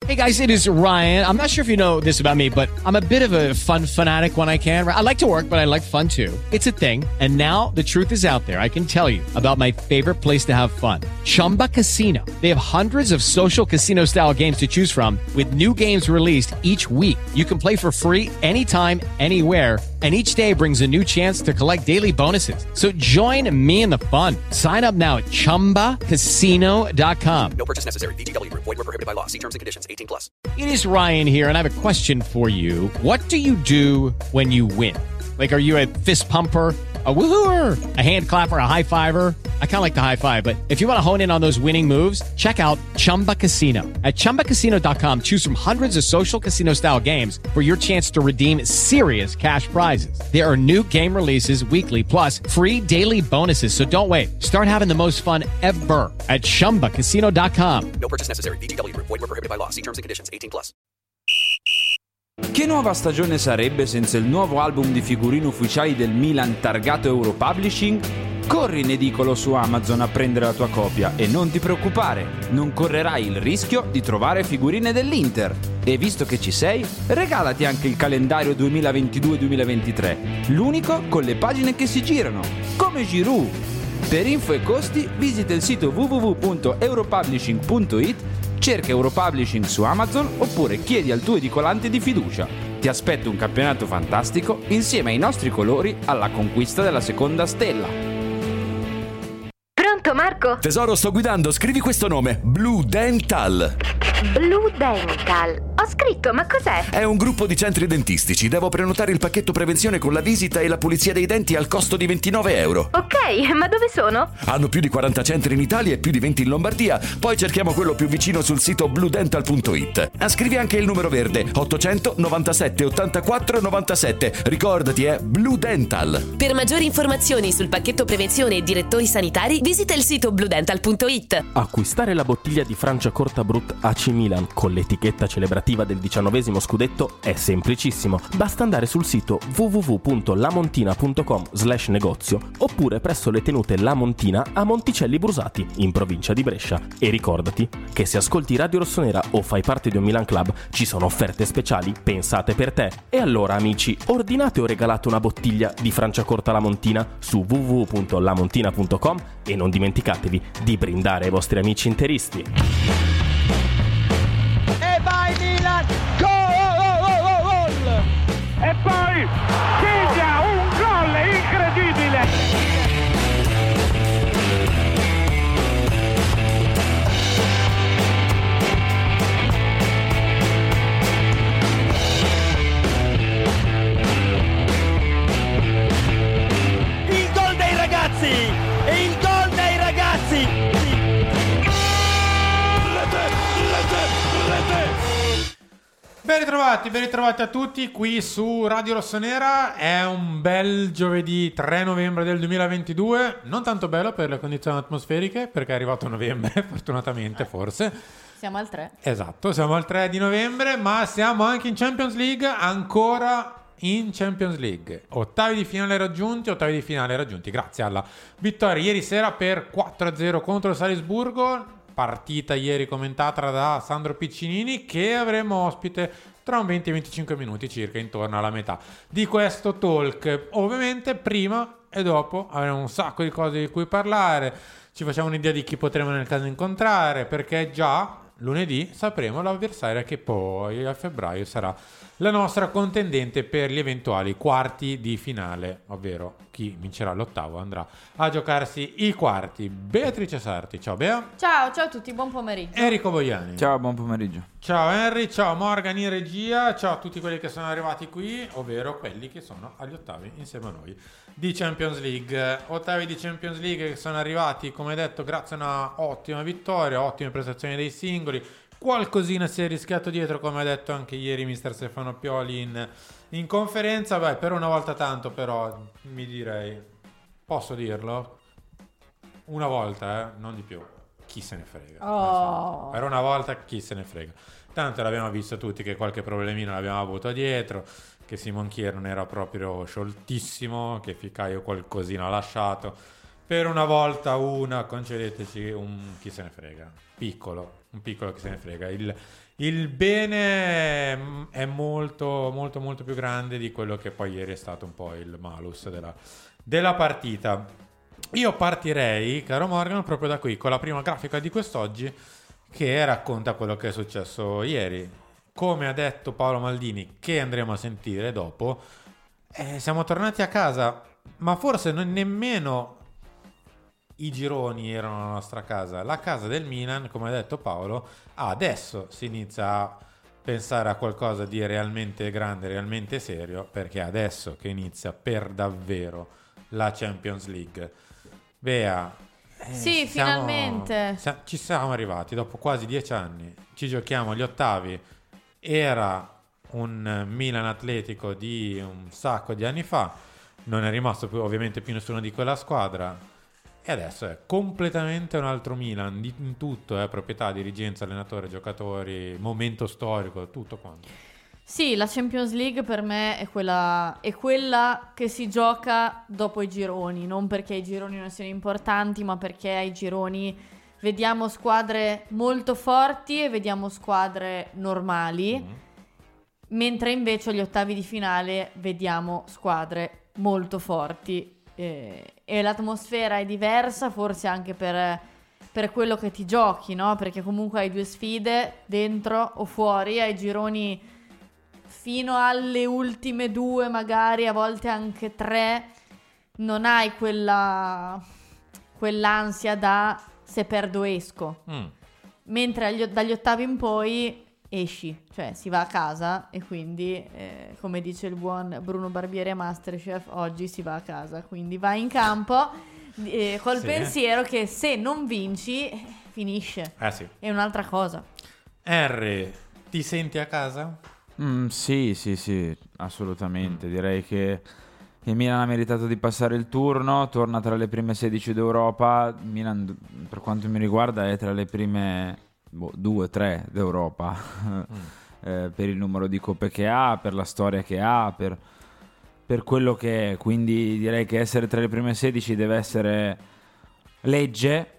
Hey guys, it is Ryan. I'm not sure if you know this about me, but I'm a bit of a fun fanatic when I can. I like to work, but I like fun too. It's a thing. And now the truth is out there. I can tell you about my favorite place to have fun. Chumba Casino. They have hundreds of social casino style games to choose from with new games released each week. You can play for free anytime, anywhere. And each day brings a new chance to collect daily bonuses. So join me in the fun. Sign up now at ChumbaCasino.com. No purchase necessary. VGW Group. Void where prohibited by law. See terms and conditions. 18 plus. It is Ryan here, and I have a question for you. What do you do when you win? Like, are you a fist pumper, a woohooer, a hand clapper, a high fiver? I kind of like the high five, but if you want to hone in on those winning moves, check out Chumba Casino. At ChumbaCasino.com, choose from hundreds of social casino style games for your chance to redeem serious cash prizes. There are new game releases weekly, plus free daily bonuses. So don't wait. Start having the most fun ever at ChumbaCasino.com. No purchase necessary. VGW Group. Void where prohibited by law. See terms and conditions. 18 plus. Che nuova stagione sarebbe senza il nuovo album di figurine ufficiali del Milan targato Europublishing? Corri in edicolo su Amazon a prendere la tua copia e non ti preoccupare, non correrai il rischio di trovare figurine dell'Inter. E visto che ci sei, regalati anche il calendario 2022-2023, l'unico con le pagine che si girano, come Giroud. Per info e costi visita il sito www.europublishing.it, cerca Europublishing su Amazon oppure chiedi al tuo edicolante di fiducia. Ti aspetta un campionato fantastico insieme ai nostri colori alla conquista della seconda stella. Pronto Marco? Tesoro, sto guidando, scrivi questo nome: Blue Dental. Blue Dental. Ho scritto, ma cos'è? È un gruppo di centri dentistici. Devo prenotare il pacchetto prevenzione con la visita e la pulizia dei denti al costo di €29. Ok, ma dove sono? Hanno più di 40 centri in Italia e più di 20 in Lombardia. Poi cerchiamo quello più vicino sul sito bluedental.it. Scrivi anche il numero verde: 800 97 84 97. Ricordati, è Blue Dental. Per maggiori informazioni sul pacchetto prevenzione e direttori sanitari, visita il sito bluedental.it. Acquistare la bottiglia di Franciacorta Brut AC Milan con l'etichetta celebrativa del 19° scudetto è semplicissimo. Basta andare sul sito www.lamontina.com/negozio oppure presso le tenute La Montina a Monticelli Brusati, in provincia di Brescia. E ricordati che se ascolti Radio Rossonera o fai parte di un Milan Club ci sono offerte speciali pensate per te. E allora amici, ordinate o regalate una bottiglia di Franciacorta La Montina su www.lamontina.com e non dimenticatevi di brindare ai vostri amici interisti. E vai Milan, gol! E poi segna un gol incredibile! Il gol dei ragazzi! E il gol dei ragazzi! Ben ritrovati a tutti qui su Radio Rossonera. È un bel giovedì 3 novembre del 2022, non tanto bello per le condizioni atmosferiche perché è arrivato novembre, fortunatamente forse. Siamo al 3. Esatto, siamo al 3 di novembre, ma siamo anche in Champions League, ancora in Champions League. Ottavi di finale raggiunti grazie alla vittoria ieri sera per 4-0 contro il Salisburgo. Partita ieri commentata da Sandro Piccinini, che avremo ospite tra un 20-25 minuti circa, intorno alla metà di questo talk. Ovviamente prima e dopo avremo un sacco di cose di cui parlare, ci facciamo un'idea di chi potremo nel caso incontrare, perché già lunedì sapremo l'avversaria che poi a febbraio sarà la nostra contendente per gli eventuali quarti di finale, ovvero chi vincerà l'ottavo andrà a giocarsi i quarti. Beatrice Sarti, ciao Bea. Ciao a tutti, buon pomeriggio. Enrico Boiani. Ciao, buon pomeriggio. Ciao Henry, ciao Morgan in regia, ciao a tutti quelli che sono arrivati qui, ovvero quelli che sono agli ottavi insieme a noi di Champions League. Ottavi di Champions League che sono arrivati, come detto, grazie a una ottima vittoria, ottime prestazioni dei singoli. Qualcosina si è rischiato dietro, come ha detto anche ieri mister Stefano Pioli in conferenza. Beh, per una volta tanto, però mi direi, posso dirlo? Una volta, non di più. Chi se ne frega. Oh. Per una volta chi se ne frega. Tanto l'abbiamo visto tutti che qualche problemino l'abbiamo avuto dietro, che Simon Kier non era proprio scioltissimo, che Ficaio qualcosina ha lasciato. Per una volta concedeteci un chi se ne frega. Un piccolo chi se ne frega. il bene è molto molto molto più grande di quello che poi ieri è stato un po' il malus della partita. Io partirei, caro Morgan, proprio da qui, con la prima grafica di quest'oggi, che racconta quello che è successo ieri. Come ha detto Paolo Maldini, che andremo a sentire dopo, siamo tornati a casa, ma forse nemmeno i gironi erano la nostra casa. La casa del Milan, come ha detto Paolo, adesso si inizia a pensare a qualcosa di realmente grande, realmente serio, perché adesso che inizia per davvero la Champions League. Bea, sì, finalmente ci siamo arrivati dopo quasi 10 anni. Ci giochiamo gli ottavi. Era un Milan Atletico di un sacco di anni fa, non è rimasto ovviamente più nessuno di quella squadra, e adesso è completamente un altro Milan in tutto, proprietà, dirigenza, allenatore, giocatori, momento storico, tutto quanto. Sì, la Champions League per me è quella che si gioca dopo i gironi, non perché i gironi non siano importanti, ma perché ai gironi vediamo squadre molto forti e vediamo squadre normali, mentre invece agli ottavi di finale vediamo squadre molto forti, e l'atmosfera è diversa, forse anche per quello che ti giochi, no? Perché comunque hai due sfide dentro o fuori, ai gironi fino alle ultime due, magari a volte anche 3, non hai quell'ansia da se perdo esco, mentre dagli ottavi in poi esci, cioè si va a casa, e quindi come dice il buon Bruno Barbieri a Masterchef, oggi si va a casa, quindi vai in campo col pensiero che se non vinci finisce, sì. È un'altra cosa. Harry, ti senti a casa? Sì, assolutamente. Direi che il Milan ha meritato di passare il turno, torna tra le prime 16 d'Europa. Milan, per quanto mi riguarda, è tra le prime 2-3 d'Europa per il numero di coppe che ha, per la storia che ha, per quello che è. Quindi direi che essere tra le prime 16 deve essere legge,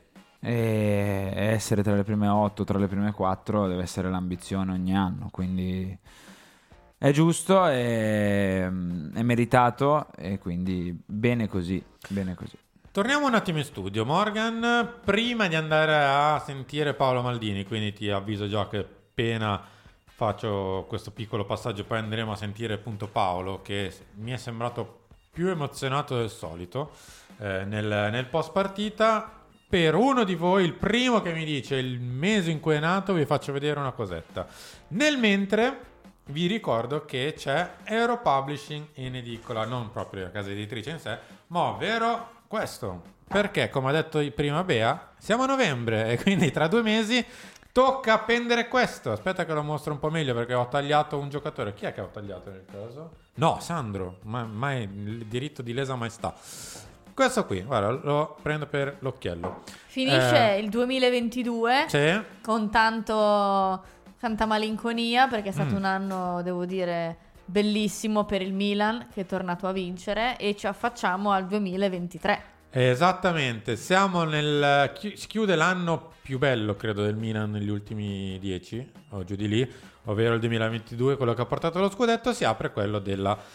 e essere tra le prime 8, tra le prime 4 deve essere l'ambizione ogni anno. Quindi è giusto, è meritato, e quindi bene così. Torniamo un attimo in studio, Morgan, prima di andare a sentire Paolo Maldini, quindi ti avviso già che appena faccio questo piccolo passaggio poi andremo a sentire appunto Paolo, che mi è sembrato più emozionato del solito nel post partita. Per uno di voi, il primo che mi dice il mese in cui è nato, vi faccio vedere una cosetta. Nel mentre vi ricordo che c'è Europublishing in edicola, non proprio la casa editrice in sé, ma ovvero questo. Perché, come ha detto prima Bea, siamo a novembre e quindi tra 2 mesi tocca appendere questo. Aspetta che lo mostro un po' meglio, perché ho tagliato un giocatore. Chi è che ho tagliato nel caso? No, Sandro, mai il diritto di lesa maestà. Questo qui, guarda, lo prendo per l'occhiello. Finisce il 2022 con tanta malinconia, perché è stato un anno, devo dire, bellissimo per il Milan, che è tornato a vincere, e ci affacciamo al 2023. Esattamente, si chiude l'anno più bello, credo, del Milan negli ultimi 10, o giù di lì, ovvero il 2022, quello che ha portato lo scudetto. Si apre quello della...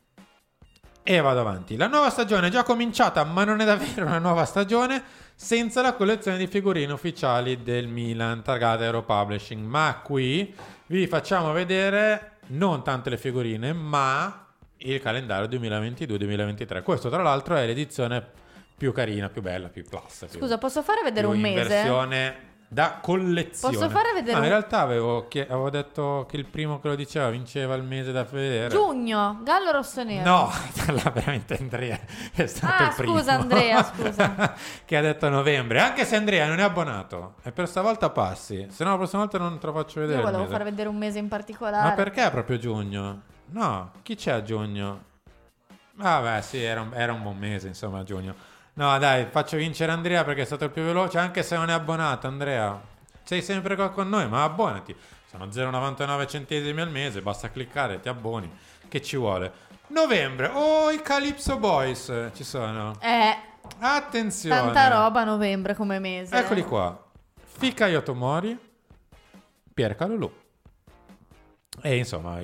E vado avanti. La nuova stagione è già cominciata, ma non è davvero una nuova stagione senza la collezione di figurine ufficiali del Milan targate Europublishing. Ma qui vi facciamo vedere non tante le figurine, ma il calendario 2022-2023. Questo, tra l'altro, è l'edizione più carina, più bella, più plus. Scusa, posso fare vedere un mese? In versione da collezione. Posso fare vedere in realtà avevo detto che il primo che lo diceva vinceva il mese da vedere. Giugno, Gallo Rossonero. No, veramente Andrea è stato il primo. Scusa Andrea, scusa. Che ha detto novembre, anche se Andrea non è abbonato. E per stavolta passi, se no la prossima volta non te lo faccio vedere. Io volevo far vedere un mese in particolare. Ma perché proprio giugno? No, chi c'è a giugno? Vabbè, sì, era un buon mese, insomma, a giugno. No, dai, faccio vincere Andrea perché è stato il più veloce, anche se non è abbonato. Andrea, sei sempre qua con noi, ma abbonati. Sono 0,99 centesimi al mese, basta cliccare, ti abboni. Che ci vuole? Novembre, i Calypso Boys ci sono. Attenzione. Tanta roba a novembre come mese. Eccoli qua. Fikayo Tomori, Pierre Calulu. E insomma,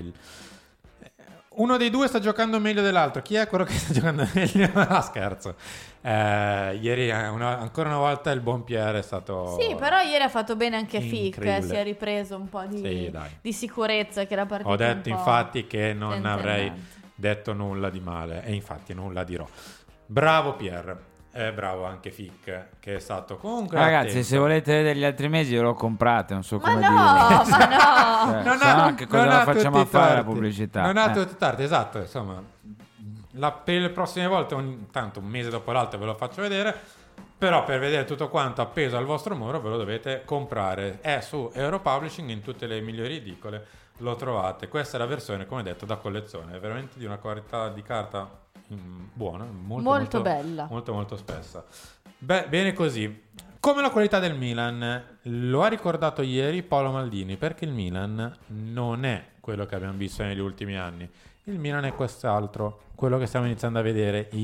uno dei due sta giocando meglio dell'altro. Chi è quello che sta giocando meglio? No, scherzo. Ieri ancora una volta il buon Pierre è stato... Sì, però ieri ha fatto bene anche Fick, incredibile. si è ripreso un po' di sicurezza, che era partita. Ho detto un po' infatti che non avrei tentennante. detto nulla di male, e infatti nulla dirò. Bravo Pierre. Bravo anche Fick, che è stato comunque Ragazzi, attento. se volete vedere gli altri mesi, ve lo comprate. Non so Ma come no, dire. ma no. Non Se no, ha- che cosa non la ha facciamo tutti i fare la torti. pubblicità? Non ha tutti i torti, esatto. Insomma, per le prossime volte, tanto un mese dopo l'altro ve lo faccio vedere. Però per vedere tutto quanto appeso al vostro muro ve lo dovete comprare. È su Europublishing, in tutte le migliori edicole lo trovate. Questa è la versione, come detto, da collezione. È veramente di una qualità di carta buona, molto bella, molto spessa. Bene così. Come la qualità del Milan, lo ha ricordato ieri Paolo Maldini, perché il Milan non è quello che abbiamo visto negli ultimi anni. Il Milan è quest'altro, quello che stiamo iniziando a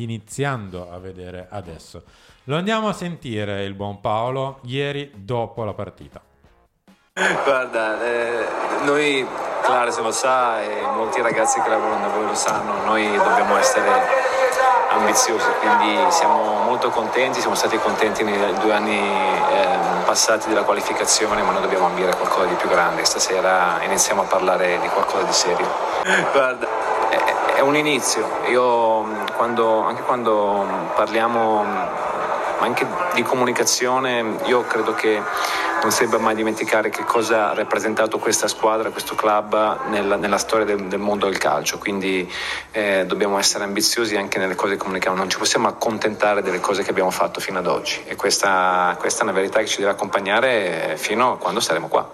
vedere adesso. Lo andiamo a sentire il buon Paolo ieri dopo la partita. Guarda, noi, Clara se lo sa e molti ragazzi che lavorano da voi lo sanno, noi dobbiamo essere ambiziosi, quindi siamo molto contenti, siamo stati contenti nei 2 anni passati della qualificazione, ma noi dobbiamo ambire a qualcosa di più grande. Stasera iniziamo a parlare di qualcosa di serio. Guarda, è un inizio. Io anche quando parliamo anche di comunicazione, io credo che non si debba mai dimenticare che cosa ha rappresentato questa squadra, questo club nella storia del mondo del calcio, quindi dobbiamo essere ambiziosi anche nelle cose che comunichiamo, non ci possiamo accontentare delle cose che abbiamo fatto fino ad oggi, e questa è una verità che ci deve accompagnare fino a quando saremo qua.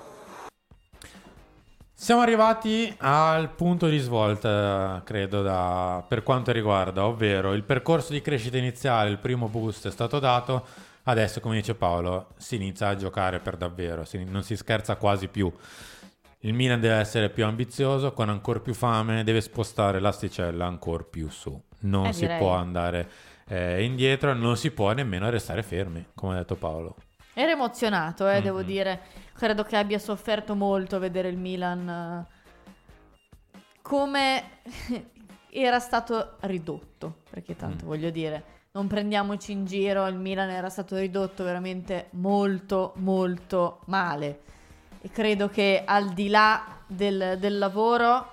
Siamo arrivati al punto di svolta, credo, per quanto riguarda, ovvero il percorso di crescita iniziale, il primo boost è stato dato, adesso, come dice Paolo, si inizia a giocare per davvero, non si scherza quasi più. Il Milan deve essere più ambizioso, con ancora più fame, deve spostare l'asticella ancora più su. Non si direi. può andare indietro, non si può nemmeno restare fermi, come ha detto Paolo. Era emozionato, devo dire. Credo che abbia sofferto molto vedere il Milan come era stato ridotto, perché tanto voglio dire, non prendiamoci in giro, il Milan era stato ridotto veramente molto molto male, e credo che al di là del lavoro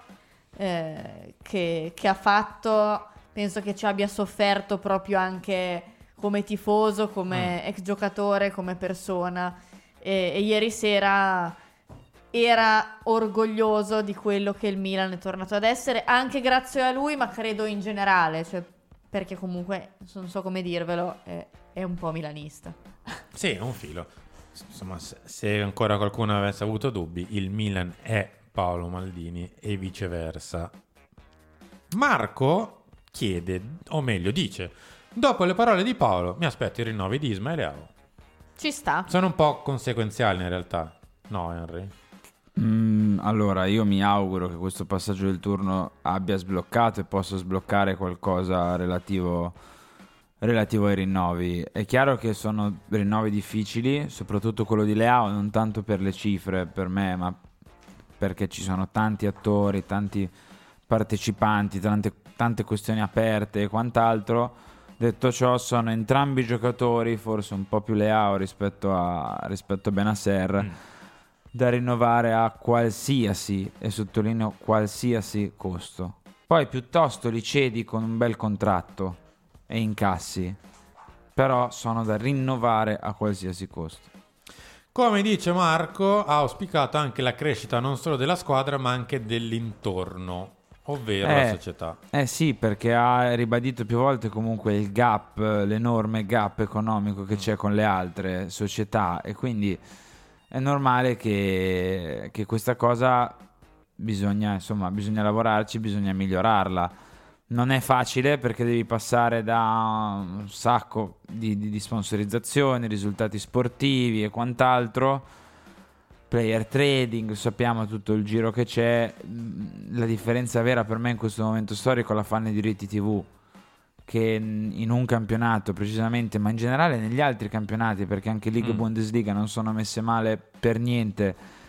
che ha fatto, penso che ci abbia sofferto proprio anche come tifoso, come ex giocatore, come persona, e ieri sera era orgoglioso di quello che il Milan è tornato ad essere, anche grazie a lui, ma credo in generale, cioè, perché comunque non so come dirvelo, è un po' milanista. Sì, un filo. Insomma, se ancora qualcuno avesse avuto dubbi, il Milan è Paolo Maldini e viceversa. Marco chiede, o meglio dice: dopo le parole di Paolo mi aspetto i rinnovi di Isma e Leao. Ci sta. Sono un po' conseguenziali in realtà, no Henry? Allora, io mi auguro che questo passaggio del turno abbia sbloccato e possa sbloccare qualcosa relativo ai rinnovi. È chiaro che sono rinnovi difficili, soprattutto quello di Leao, non tanto per le cifre per me, ma perché ci sono tanti attori, tanti partecipanti, tante questioni aperte e quant'altro. Detto ciò, sono entrambi giocatori, forse un po' più Leao rispetto a Bennacer, da rinnovare a qualsiasi, e sottolineo qualsiasi costo. Poi piuttosto li cedi con un bel contratto e incassi, però sono da rinnovare a qualsiasi costo. Come dice Marco, ha auspicato anche la crescita non solo della squadra ma anche dell'intorno, ovvero la società. Sì, perché ha ribadito più volte comunque il gap, l'enorme gap economico che c'è con le altre società, e quindi è normale che questa cosa bisogna lavorarci, bisogna migliorarla. Non è facile perché devi passare da un sacco di sponsorizzazioni, risultati sportivi e quant'altro, player trading, sappiamo tutto il giro che c'è. La differenza vera per me in questo momento storico la fanno i diritti TV, che in un campionato precisamente, ma in generale negli altri campionati, perché anche Liga e Bundesliga non sono messe male per niente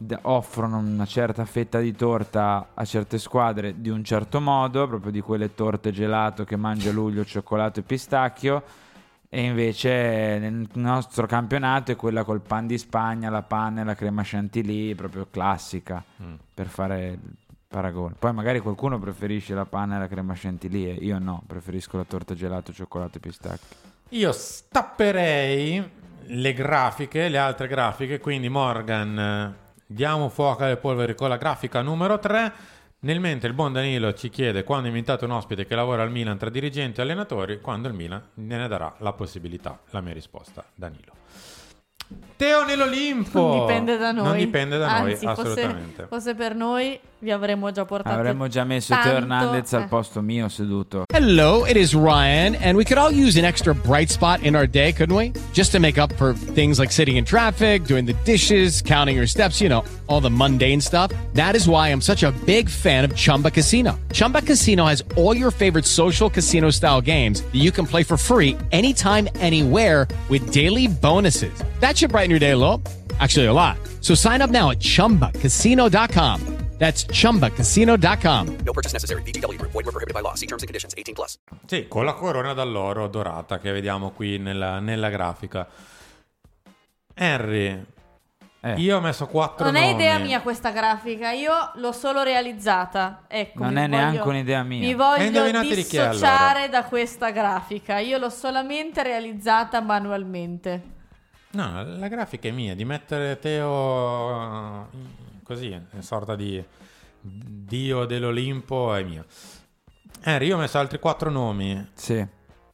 offrono una certa fetta di torta a certe squadre di un certo modo, proprio di quelle torte gelato che mangia a luglio, cioccolato e pistacchio, e invece nel nostro campionato è quella col pan di Spagna, la panna e la crema chantilly, proprio classica, per fare il paragone. Poi magari qualcuno preferisce la panna e la crema chantilly, io no, preferisco la torta gelato, cioccolato e pistacchio. Io stapperei le altre grafiche, quindi Morgan, diamo fuoco alle polveri con la grafica numero 3, nel mentre il buon Danilo ci chiede quando è invitato un ospite che lavora al Milan tra dirigenti e allenatori, quando il Milan ne darà la possibilità. La mia risposta, Danilo. Teo nell'Olimpo. Non dipende da noi. Non dipende da Anzi, noi, assolutamente. Fosse per noi, vi avremmo già portato. Avremmo già messo Teo Hernandez al posto mio seduto. Hello, it is Ryan, and we could all use an extra bright spot in our day, couldn't we? Just to make up for things like sitting in traffic, doing the dishes, counting your steps, you know, all the mundane stuff. That is why I'm such a big fan of Chumba Casino. Chumba Casino has all your favorite social casino-style games that you can play for free anytime, anywhere with daily bonuses. That should brighten your day a little. Actually, a lot. So sign up now at ChumbaCasino.com. That's ChumbaCasino.com. No purchase necessary. VGW Group. Void where prohibited by law. See terms and conditions. 18+. Sì, con la corona d'alloro dorata che vediamo qui nella grafica. Henry, io ho messo 4 Non nomi. è idea mia questa grafica, io l'ho solo realizzata. Ecco, Non è neanche un'idea mia. Mi voglio indovinate di chi è, dissociare allora? da questa grafica. Io l'ho solamente realizzata manualmente. No, la grafica è mia, di mettere Teo così, una sorta di dio dell'Olimpo è mia. Henry, io ho messo altri 4 nomi. Sì.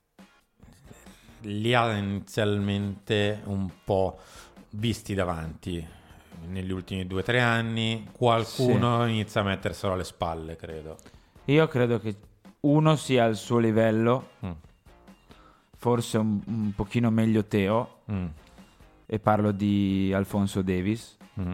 Li ha inizialmente un po' visti davanti negli ultimi 2-3 anni. Qualcuno inizia a metterselo alle spalle, credo. Io credo che uno sia al suo livello, forse un pochino meglio Teo, e parlo di Alphonso Davies.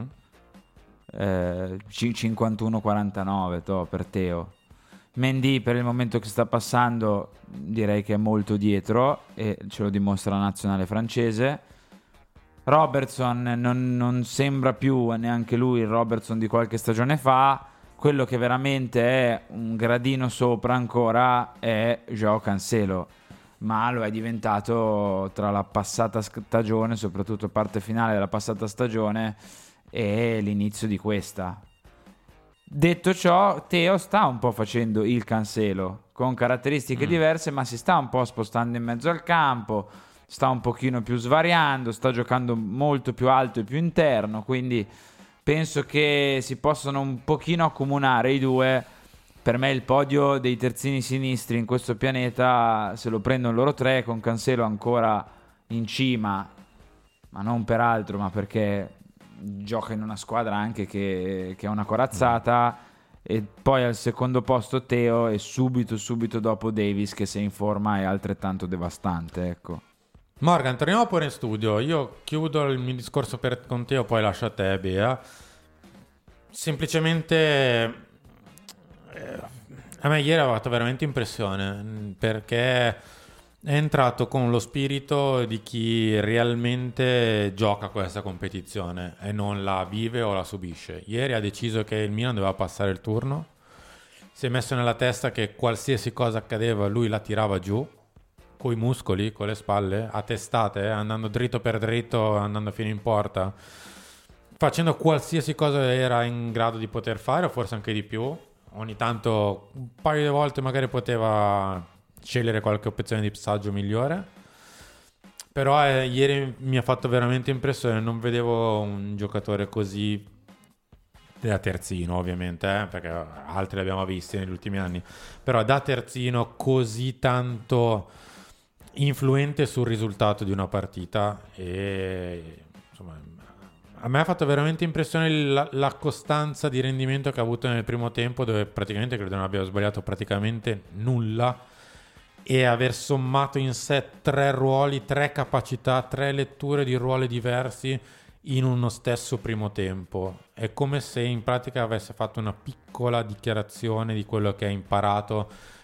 51-49 per Teo. Mendy, per il momento che sta passando, direi che è molto dietro e ce lo dimostra la nazionale francese. Robertson non sembra più neanche lui il Robertson di qualche stagione fa. Quello che veramente è un gradino sopra ancora è Joao Cancelo, ma lo è diventato tra la passata stagione, soprattutto parte finale della passata stagione, e l'inizio di questa. Detto ciò, Teo sta un po' facendo il Cancelo con caratteristiche diverse, ma si sta un po' spostando in mezzo al campo, sta un pochino più svariando, sta giocando molto più alto e più interno, quindi penso che si possano un pochino accomunare i due. Per me il podio dei terzini sinistri in questo pianeta se lo prendono loro tre, con Cancelo ancora in cima, ma non per altro, ma perché gioca in una squadra anche che è una corazzata, e poi al secondo posto Teo e subito dopo Davies, che se in forma è altrettanto devastante, ecco. Morgan, torniamo pure in studio. Io chiudo il mio discorso con Teo, poi lascio a te, Bea. Semplicemente a me ieri ha fatto veramente impressione, perché è entrato con lo spirito di chi realmente gioca questa competizione e non la vive o la subisce. Ieri ha deciso che il Milan doveva passare il turno, si è messo nella testa che qualsiasi cosa accadeva lui la tirava giù, coi muscoli, con le spalle, a testate, andando dritto per dritto, andando fino in porta, facendo qualsiasi cosa era in grado di poter fare, o forse anche di più. Ogni tanto, un paio di volte magari poteva scegliere qualche opzione di passaggio migliore, però ieri mi ha fatto veramente impressione. Non vedevo un giocatore così da terzino, ovviamente, perché altri li abbiamo visti negli ultimi anni, però da terzino così tanto influente sul risultato di una partita. E insomma, a me ha fatto veramente impressione la costanza di rendimento che ha avuto nel primo tempo, dove praticamente credo non abbia sbagliato praticamente nulla, e aver sommato in sé 3 ruoli, 3 capacità, 3 letture di ruoli diversi in uno stesso primo tempo. È come se in pratica avesse fatto una piccola dichiarazione di quello che ha imparato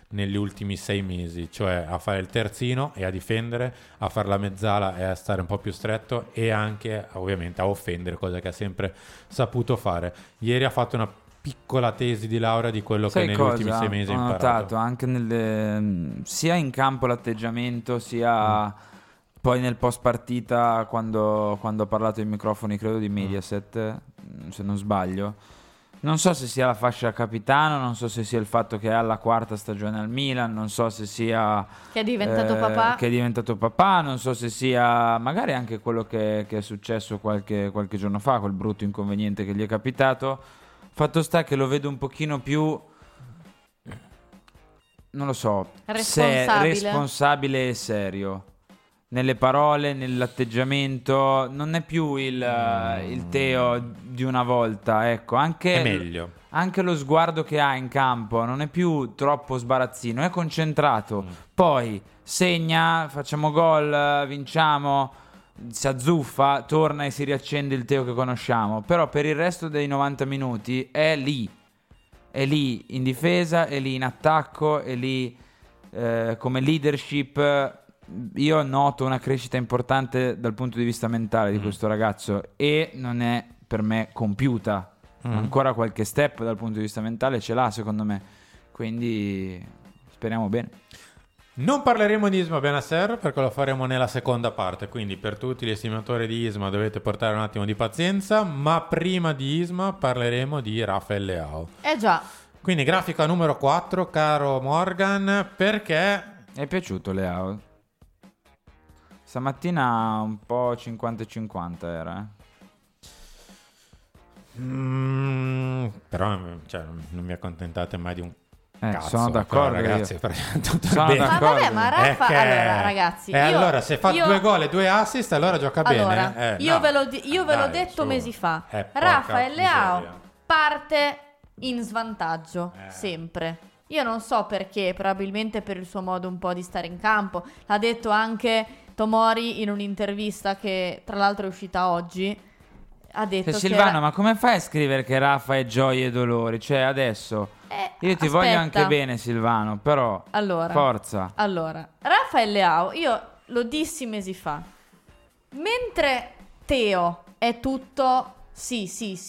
negli ultimi 6 mesi, cioè a fare il terzino e a difendere, a fare la mezzala e a stare un po' più stretto, e anche ovviamente a offendere, cosa che ha sempre saputo fare. Ieri ha fatto una piccola tesi di laurea di quello che negli ultimi 6 mesi ha ho imparato. notato anche sia in campo l'atteggiamento, sia poi nel post partita quando ha parlato ai microfoni, credo di Mediaset, se non sbaglio. Non so se sia la fascia da capitano, non so se sia il fatto che è alla 4ª stagione al Milan, non so se sia che è diventato papà. Che è diventato papà, non so se sia magari anche quello che è successo qualche giorno fa, quel brutto inconveniente che gli è capitato. Fatto sta che lo vedo un pochino più, non lo so, responsabile e serio. Nelle parole, nell'atteggiamento, non è più il Teo di una volta, ecco. Anche è meglio. Anche lo sguardo che ha in campo non è più troppo sbarazzino, è concentrato. Poi segna, facciamo gol, vinciamo, si azzuffa, torna e si riaccende il Teo che conosciamo. Però per il resto dei 90 minuti è lì in difesa, è lì in attacco, è lì come leadership. Io noto una crescita importante dal punto di vista mentale di questo ragazzo, e non è per me compiuta. Ancora qualche step dal punto di vista mentale ce l'ha, secondo me, quindi speriamo bene. Non parleremo di Isma Benasser perché lo faremo nella seconda parte, quindi per tutti gli estimatori di Isma dovete portare un attimo di pazienza, ma prima di Isma parleremo di Rafael Leao. Già. Quindi grafica numero 4, caro Morgan, perché è piaciuto Leao? Stamattina un po' 50-50 era, però cioè, non mi accontentate mai di un cazzo. Sono d'accordo, però, ragazzi, tutto sono bene. d'accordo. Ma vabbè, ma Rafa, allora ragazzi, allora se fa 2 gol e 2 assist allora gioca bene. Io ve l'ho detto mesi fa. Rafael Leao parte in svantaggio sempre. Io non so perché, probabilmente per il suo modo un po' di stare in campo. L'ha detto anche Tomori in un'intervista che tra l'altro è uscita oggi. Ha detto Silvano, ma come fai a scrivere che Rafa è gioia e dolori? Cioè adesso io ti voglio anche bene, Silvano, però forza. Allora, Rafael Leao, io lo dissi mesi fa. Mentre Teo è tutto sì,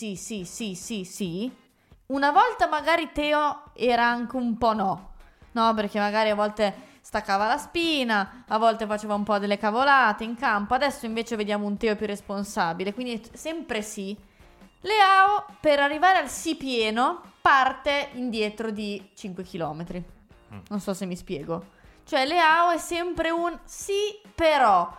una volta magari Teo era anche un po' no, perché magari a volte staccava la spina, a volte faceva un po' delle cavolate in campo. Adesso invece vediamo un Teo più responsabile, quindi sempre sì. Leao, per arrivare al sì pieno, parte indietro di 5 km. Non so se mi spiego. Cioè Leao è sempre un sì però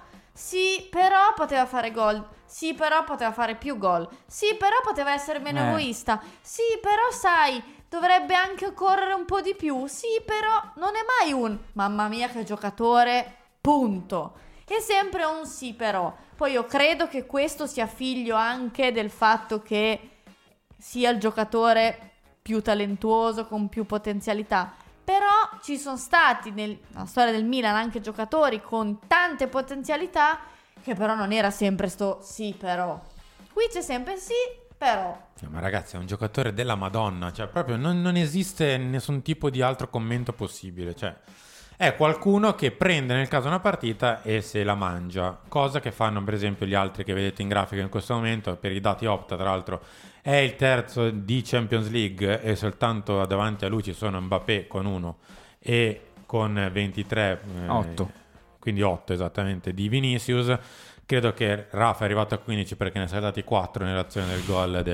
poteva fare gol, sì però poteva fare più gol, sì però poteva essere meno egoista, sì però sai dovrebbe anche correre un po' di più, sì però non è mai un mamma mia che giocatore, punto. È sempre un sì però. Poi io credo che questo sia figlio anche del fatto che sia il giocatore più talentuoso, con più potenzialità. Però ci sono stati nella storia del Milan anche giocatori con tante potenzialità che però non era sempre sto sì però. Qui c'è sempre sì però. Ma ragazzi, è un giocatore della Madonna, cioè proprio non esiste nessun tipo di altro commento possibile, cioè è qualcuno che prende nel caso una partita e se la mangia, cosa che fanno per esempio gli altri che vedete in grafica in questo momento. Per i dati Opta, tra l'altro, è il terzo di Champions League e soltanto davanti a lui ci sono Mbappé con 1 e con 23 8, quindi 8 esattamente di Vinicius. Credo che Rafa è arrivato a 15 perché ne è saltati 4 nell'azione del gol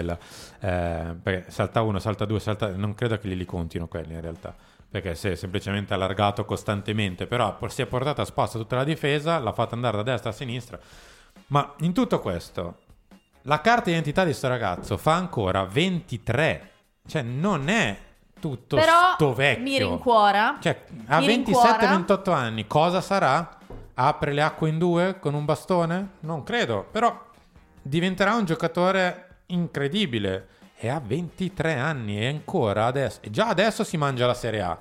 perché salta 1, salta 2, non credo che li contino quelli in realtà, perché si è semplicemente allargato costantemente, però si è portato a spasso tutta la difesa, l'ha fatta andare da destra a sinistra. Ma in tutto questo la carta di identità di sto ragazzo fa ancora 23, cioè non è tutto però sto vecchio. Mi rincuora. Cioè a 27-28 anni cosa sarà? Apre le acque in 2 con un bastone? Non credo, però diventerà un giocatore incredibile. E ha 23 anni e ancora adesso, e già adesso si mangia la Serie A.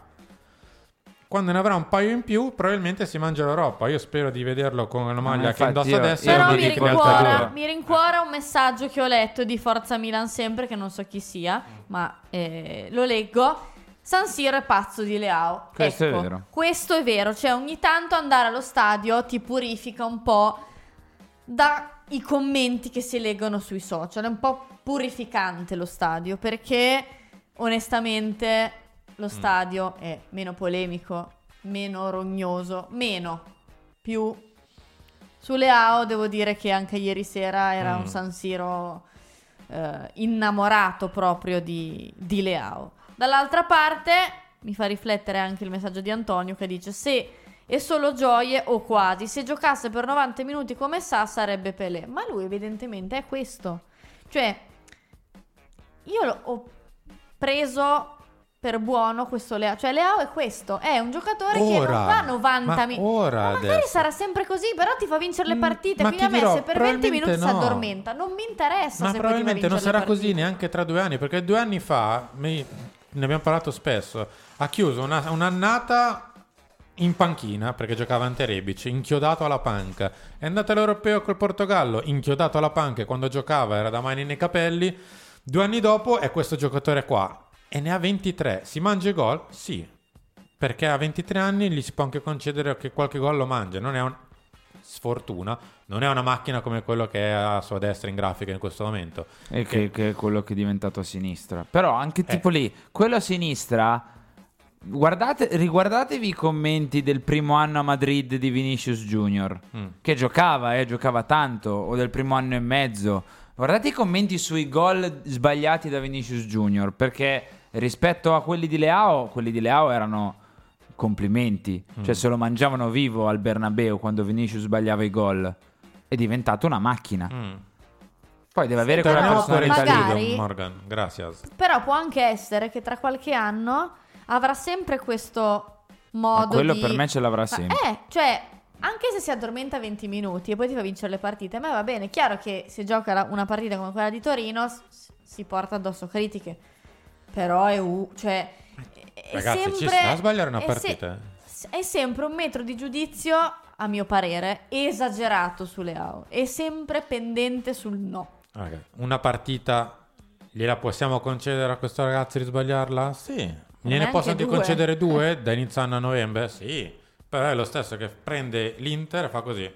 Quando ne avrà un paio in più probabilmente si mangia l'Europa. Io spero di vederlo con una maglia che indossa adesso. Però mi rincuora un messaggio che ho letto di Forza Milan sempre, che non so chi sia, ma lo leggo. San Siro è pazzo di Leao. Questo è vero. Questo è vero, cioè ogni tanto andare allo stadio ti purifica un po' dai commenti che si leggono sui social. È un po' purificante lo stadio, perché onestamente lo stadio è meno polemico, meno rognoso, più su Leao. Devo dire che anche ieri sera era un San Siro innamorato proprio di Leao. Dall'altra parte mi fa riflettere anche il messaggio di Antonio che dice: se è solo gioie o quasi, se giocasse per 90 minuti come sarebbe Pelé. Ma lui evidentemente è questo, cioè io ho preso per buono questo Leao, cioè Leao è questo, è un giocatore che non fa 90 minuti, ma magari sarà sempre così, però ti fa vincere le partite. Quindi a me se per 20 minuti si addormenta non mi interessa. Ma se probabilmente non sarà così neanche tra 2 anni, perché 2 anni fa, ne abbiamo parlato spesso, ha chiuso un'annata in panchina perché giocava ante Rebic, inchiodato alla panca. È andato all'Europeo col Portogallo, inchiodato alla panca, e quando giocava era da mani nei capelli. 2 anni dopo è questo giocatore qua e ne ha 23. Si mangia i gol? Sì, perché a 23 anni gli si può anche concedere che qualche gol lo mangia. Non è una sfortuna, non è una macchina come quello che è a sua destra in grafica in questo momento, e che è quello che è diventato a sinistra. Però anche tipo lì, quello a sinistra, riguardatevi i commenti del primo anno a Madrid di Vinicius Junior, che giocava tanto, o del primo anno e mezzo. Guardate i commenti sui gol sbagliati da Vinicius Junior, perché rispetto a quelli di Leao erano complimenti, cioè se lo mangiavano vivo al Bernabeu quando Vinicius sbagliava i gol. È diventato una macchina. Poi deve avere quella personalità magari, lì, Morgan. Gracias. Però può anche essere che tra qualche anno avrà sempre questo modo quello per me ce l'avrà sempre. Cioè, anche se si addormenta 20 minuti e poi ti fa vincere le partite, a me va bene. È chiaro che se gioca una partita come quella di Torino si porta addosso critiche. Però cioè, ragazzi, sempre, ci sta a sbagliare una partita. È sempre un metro di giudizio, a mio parere, esagerato su Leao. È sempre pendente sul no. Okay. Una partita gliela possiamo concedere a questo ragazzo di sbagliarla? Sì. Gliene posso anche concedere 2 da inizio anno a novembre? Sì. Però è lo stesso che prende l'Inter e fa così,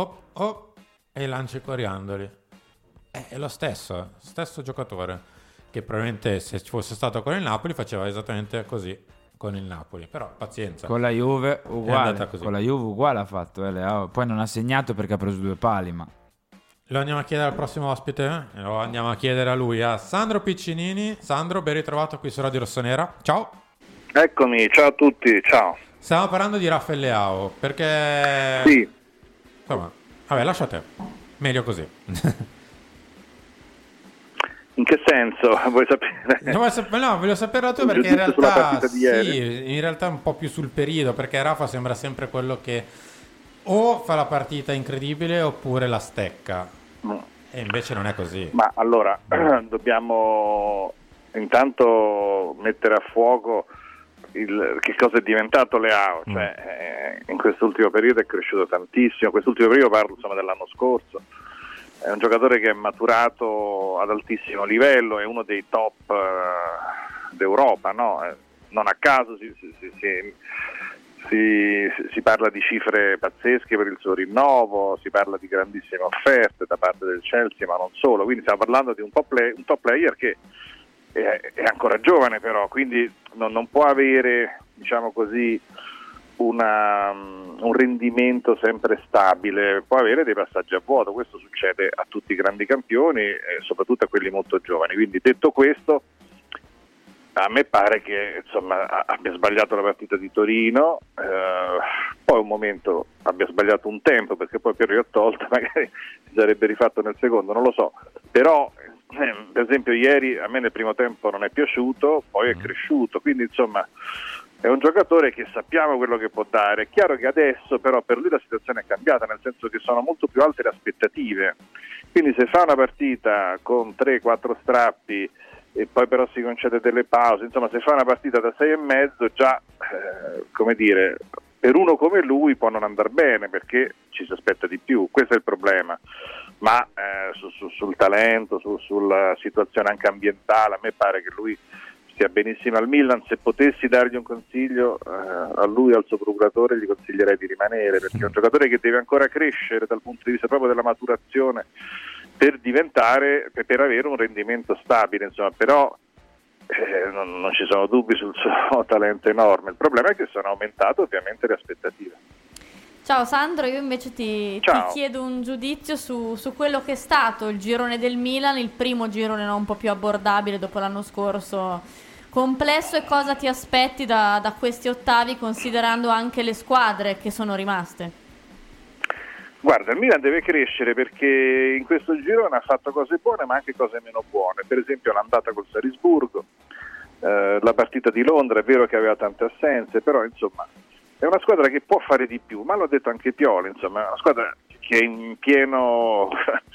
e lancia i coriandoli. È lo stesso giocatore, che probabilmente se ci fosse stato con il Napoli faceva esattamente così con il Napoli. Però pazienza. Con la Juve uguale ha fatto Leao. Poi non ha segnato perché ha preso 2 pali, ma lo andiamo a chiedere al prossimo ospite? Lo andiamo a chiedere a lui, a Sandro Piccinini. Sandro, ben ritrovato qui su Radio Rossonera. Ciao. Eccomi, ciao a tutti, ciao. Stiamo parlando di Rafael Leao, perché... Sì. Insomma, vabbè, lascia te. Meglio così. In che senso? Vuoi sapere? No, voglio sapere da tu, perché in realtà in realtà un po' più sul periodo, perché Rafa sembra sempre quello che o fa la partita incredibile oppure la stecca. E invece non è così. Ma allora, dobbiamo intanto mettere a fuoco che cosa è diventato Leao. Cioè, in quest'ultimo periodo è cresciuto tantissimo. Quest'ultimo periodo parlo insomma dell'anno scorso. È un giocatore che è maturato ad altissimo livello, è uno dei top d'Europa, no? Non a caso si parla di cifre pazzesche per il suo rinnovo, si parla di grandissime offerte da parte del Chelsea, ma non solo. Quindi stiamo parlando di un top player che è ancora giovane, però, quindi non può avere, diciamo così, un rendimento sempre stabile, può avere dei passaggi a vuoto. Questo succede a tutti i grandi campioni e soprattutto a quelli molto giovani. Quindi, detto questo, a me pare che insomma abbia sbagliato la partita di Torino, poi un momento abbia sbagliato un tempo, perché poi per riotolta magari si sarebbe rifatto nel secondo, non lo so, però per esempio ieri a me nel primo tempo non è piaciuto, poi è cresciuto, quindi insomma è un giocatore che sappiamo quello che può dare. È chiaro che adesso però per lui la situazione è cambiata, nel senso che sono molto più alte le aspettative, quindi se fa una partita con 3-4 strappi e poi però si concede delle pause, insomma se fa una partita da 6,5 già come dire, per uno come lui può non andare bene, perché ci si aspetta di più, questo è il problema. Ma sul talento, sulla situazione anche ambientale, a me pare che lui stia benissimo al Milan. Se potessi dargli un consiglio a lui, al suo procuratore, gli consiglierei di rimanere, perché è un giocatore che deve ancora crescere dal punto di vista proprio della maturazione per avere un rendimento stabile, insomma. Però non ci sono dubbi sul suo talento enorme. Il problema è che sono aumentate ovviamente le aspettative. Ciao Sandro, io invece ti chiedo un giudizio su quello che è stato il girone del Milan, il primo girone un po' più abbordabile dopo l'anno scorso complesso, e cosa ti aspetti da questi ottavi, considerando anche le squadre che sono rimaste? Guarda, il Milan deve crescere, perché in questo girone ha fatto cose buone ma anche cose meno buone. Per esempio l'andata col Salisburgo, la partita di Londra, è vero che aveva tante assenze, però insomma è una squadra che può fare di più, ma l'ho detto anche Pioli, insomma, è una squadra che è in piena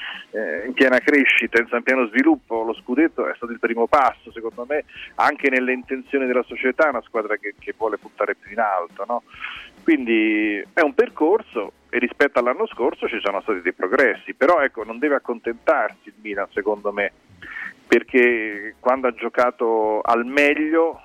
crescita, in pieno sviluppo. Lo scudetto è stato il primo passo, secondo me, anche nelle intenzioni della società. È una squadra che vuole puntare più in alto, no? Quindi è un percorso, e rispetto all'anno scorso ci sono stati dei progressi, però ecco, non deve accontentarsi il Milan, secondo me, perché quando ha giocato al meglio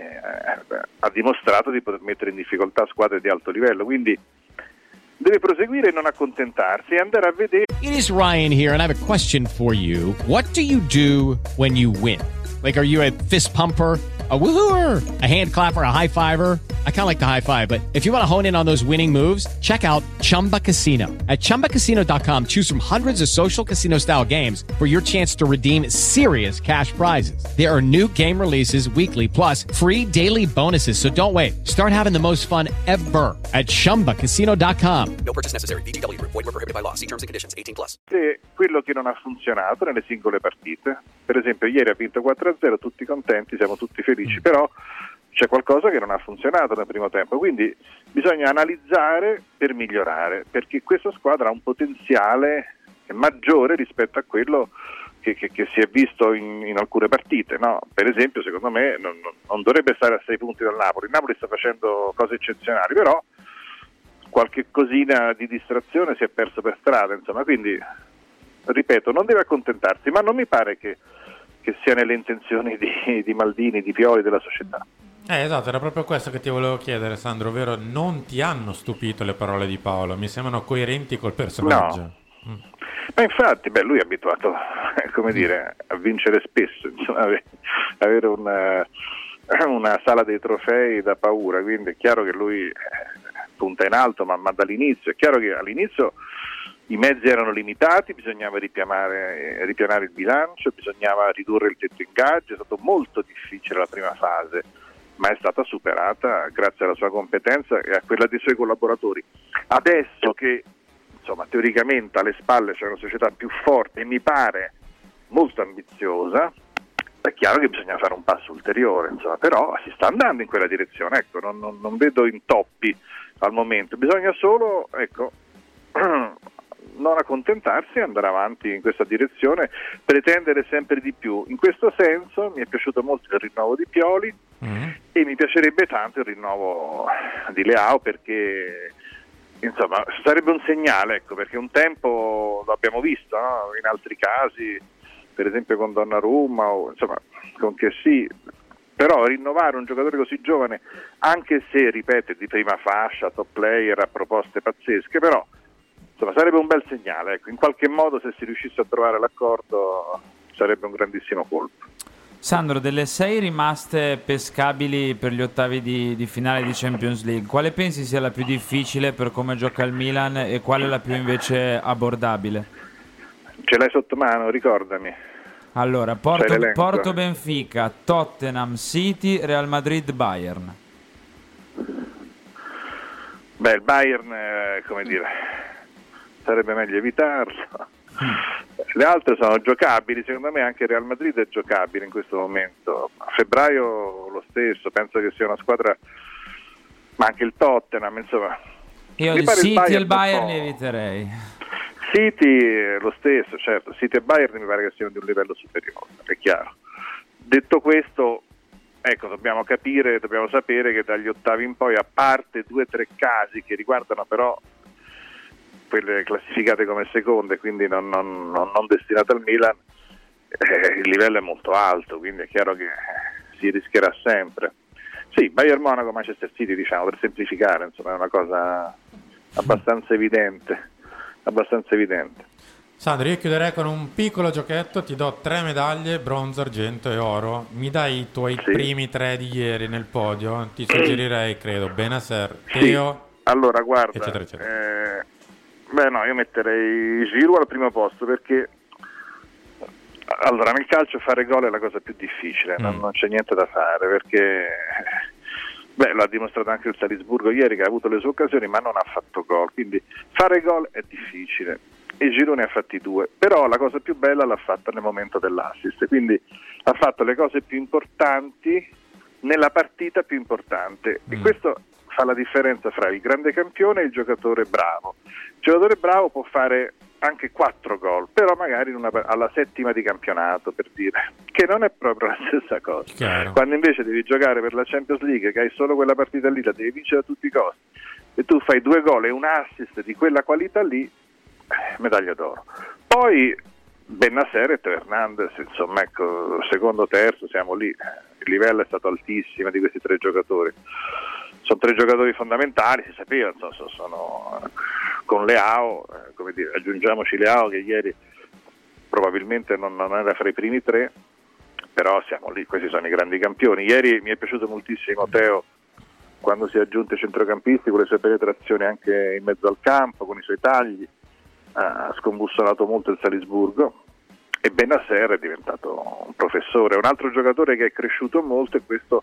ha dimostrato di poter mettere in difficoltà squadre di alto livello, quindi deve proseguire e non accontentarsi e andare a vedere. It is Ryan here, and I have a question for you. What do you do when you win? Like, are you a fist pumper, a woohooer, a hand clapper, a high fiver? I kind of like the high five, but if you want to hone in on those winning moves, check out Chumba Casino. At ChumbaCasino.com, choose from hundreds of social casino-style games for your chance to redeem serious cash prizes. There are new game releases weekly, plus free daily bonuses, so don't wait. Start having the most fun ever at ChumbaCasino.com. No purchase necessary. VGW Group. Void where prohibited by law. See terms and conditions. 18+. Quello che non ha funzionato nelle singole partite, per esempio ieri ha vinto 4-0, tutti contenti, siamo tutti felici, però c'è qualcosa che non ha funzionato nel primo tempo, quindi bisogna analizzare per migliorare, perché questa squadra ha un potenziale maggiore rispetto a quello che si è visto in alcune partite, no? Per esempio, secondo me non dovrebbe stare a 6 punti dal Napoli. Il Napoli sta facendo cose eccezionali, però qualche cosina di distrazione si è perso per strada, insomma. Quindi, ripeto, non deve accontentarsi, ma non mi pare che sia nelle intenzioni di Maldini, di Pioli, della società. Esatto, era proprio questo che ti volevo chiedere, Sandro, ovvero non ti hanno stupito le parole di Paolo? Mi sembrano coerenti col personaggio. No. Ma infatti, lui è abituato, come dire, a vincere spesso, insomma, avere una sala dei trofei da paura, quindi è chiaro che lui punta in alto, ma dall'inizio. È chiaro che all'inizio i mezzi erano limitati, bisognava ripianare il bilancio, bisognava ridurre il tetto ingaggio, è stato molto difficile la prima fase, ma è stata superata grazie alla sua competenza e a quella dei suoi collaboratori. Adesso che, insomma, teoricamente alle spalle c'è una società più forte e mi pare molto ambiziosa, è chiaro che bisogna fare un passo ulteriore, insomma, però si sta andando in quella direzione, ecco, non vedo intoppi al momento, bisogna solo, ecco, non accontentarsi e andare avanti in questa direzione, pretendere sempre di più. In questo senso mi è piaciuto molto il rinnovo di Pioli e mi piacerebbe tanto il rinnovo di Leao, perché insomma sarebbe un segnale, ecco, perché un tempo lo abbiamo visto, no? In altri casi, per esempio con Donnarumma o insomma con Chessy, però rinnovare un giocatore così giovane, anche se ripeto di prima fascia, top player, ha proposte pazzesche, però insomma sarebbe un bel segnale, ecco. In qualche modo, se si riuscisse a trovare l'accordo, sarebbe un grandissimo colpo. Sandro, delle 6 rimaste pescabili per gli ottavi di finale di Champions League, quale pensi sia la più difficile per come gioca il Milan e quale la più invece abbordabile? Ce l'hai sotto mano, ricordami. Allora, Porto Benfica, Tottenham, City, Real Madrid, Bayern. Beh, il Bayern, come dire, sarebbe meglio evitarlo. Le altre sono giocabili, secondo me anche Real Madrid è giocabile in questo momento. A febbraio lo stesso, penso che sia una squadra, ma anche il Tottenham, insomma. Io il City e il Bayern li eviterei. City lo stesso, certo, City e Bayern mi pare che siano di un livello superiore, è chiaro. Detto questo, ecco, dobbiamo sapere che dagli ottavi in poi, a parte 2 o 3 casi che riguardano però quelle classificate come seconde, quindi non destinate al Milan, il livello è molto alto, quindi è chiaro che si rischierà sempre. Sì, Bayern Monaco, Manchester City, diciamo, per semplificare, insomma, è una cosa abbastanza evidente. Sandro, io chiuderei con un piccolo giochetto, ti do 3 medaglie, bronzo, argento e oro. Mi dai i tuoi primi 3 di ieri nel podio? Ti suggerirei, credo, Benasser, Teo, allora, guarda, eccetera, eccetera. No, io metterei Giroud al primo posto perché allora nel calcio fare gol è la cosa più difficile, non c'è niente da fare perché lo ha dimostrato anche il Salisburgo ieri che ha avuto le sue occasioni ma non ha fatto gol, quindi fare gol è difficile e Giroud ne ha fatti 2, però la cosa più bella l'ha fatta nel momento dell'assist, quindi ha fatto le cose più importanti nella partita più importante e questo fa la differenza fra il grande campione e il giocatore bravo. Il giocatore bravo può fare anche 4 gol, però magari alla settima di campionato, per dire, che non è proprio la stessa cosa. Chiaro. Quando invece devi giocare per la Champions League, che hai solo quella partita lì, la devi vincere a tutti i costi, e tu fai 2 gol e un assist di quella qualità lì, medaglia d'oro. Poi Bennacer e Teo Hernandez, insomma, ecco, secondo, terzo, siamo lì. Il livello è stato altissimo di questi 3 giocatori. Sono 3 giocatori fondamentali, si sapeva, sono con Leao, come dire, aggiungiamoci Leao che ieri probabilmente non era fra i primi 3, però siamo lì, questi sono i grandi campioni. Ieri mi è piaciuto moltissimo Teo quando si è aggiunto ai centrocampisti con le sue penetrazioni anche in mezzo al campo, con i suoi tagli, ha scombussolato molto il Salisburgo e Bennacer è diventato un professore. Un altro giocatore che è cresciuto molto e questo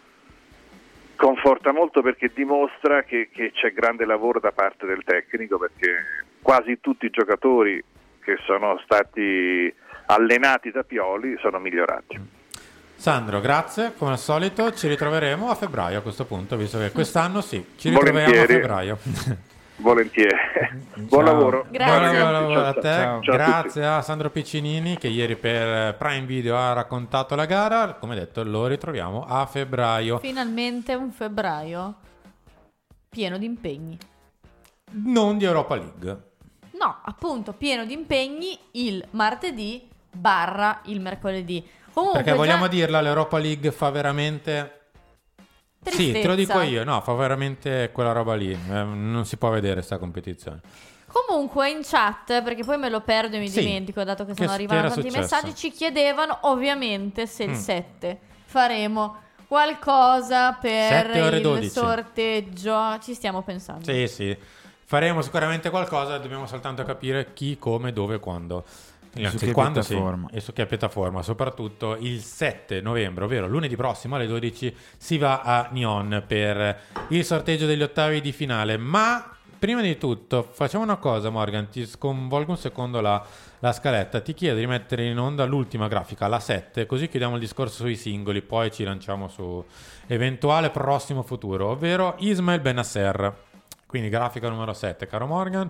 conforta molto perché dimostra che c'è grande lavoro da parte del tecnico, perché quasi tutti i giocatori che sono stati allenati da Pioli sono migliorati. Sandro, grazie, come al solito ci ritroveremo a febbraio a questo punto, visto che quest'anno ci ritroviamo a febbraio. Volentieri. Buon lavoro. Grazie. Buon lavoro a te. Ciao. Grazie a Sandro Piccinini che ieri per Prime Video ha raccontato la gara. Come detto, lo ritroviamo a febbraio. Finalmente un febbraio pieno di impegni. Non di Europa League. No, appunto, pieno di impegni il martedì / il mercoledì. Comunque, perché vogliamo dirla, l'Europa League fa veramente... Tristezza. Sì, te lo dico io, no, fa veramente quella roba lì, non si può vedere sta competizione. Comunque in chat, perché poi me lo perdo e mi dimentico, dato che stanno arrivando tanti messaggi, ci chiedevano ovviamente se il 7 faremo qualcosa per il 12. sorteggio. Ci stiamo pensando. Sì, faremo sicuramente qualcosa, dobbiamo soltanto capire chi, come, dove e quando. Su che piattaforma. E su che piattaforma. Soprattutto il 7 novembre, ovvero lunedì prossimo alle 12, si va a Nyon per il sorteggio degli ottavi di finale. Ma prima di tutto facciamo una cosa, Morgan, ti sconvolgo un secondo la scaletta, ti chiedo di mettere in onda l'ultima grafica, la 7, così chiudiamo il discorso sui singoli, poi ci lanciamo su eventuale prossimo futuro, ovvero Ismail Bennacer. Quindi grafica numero 7, caro Morgan,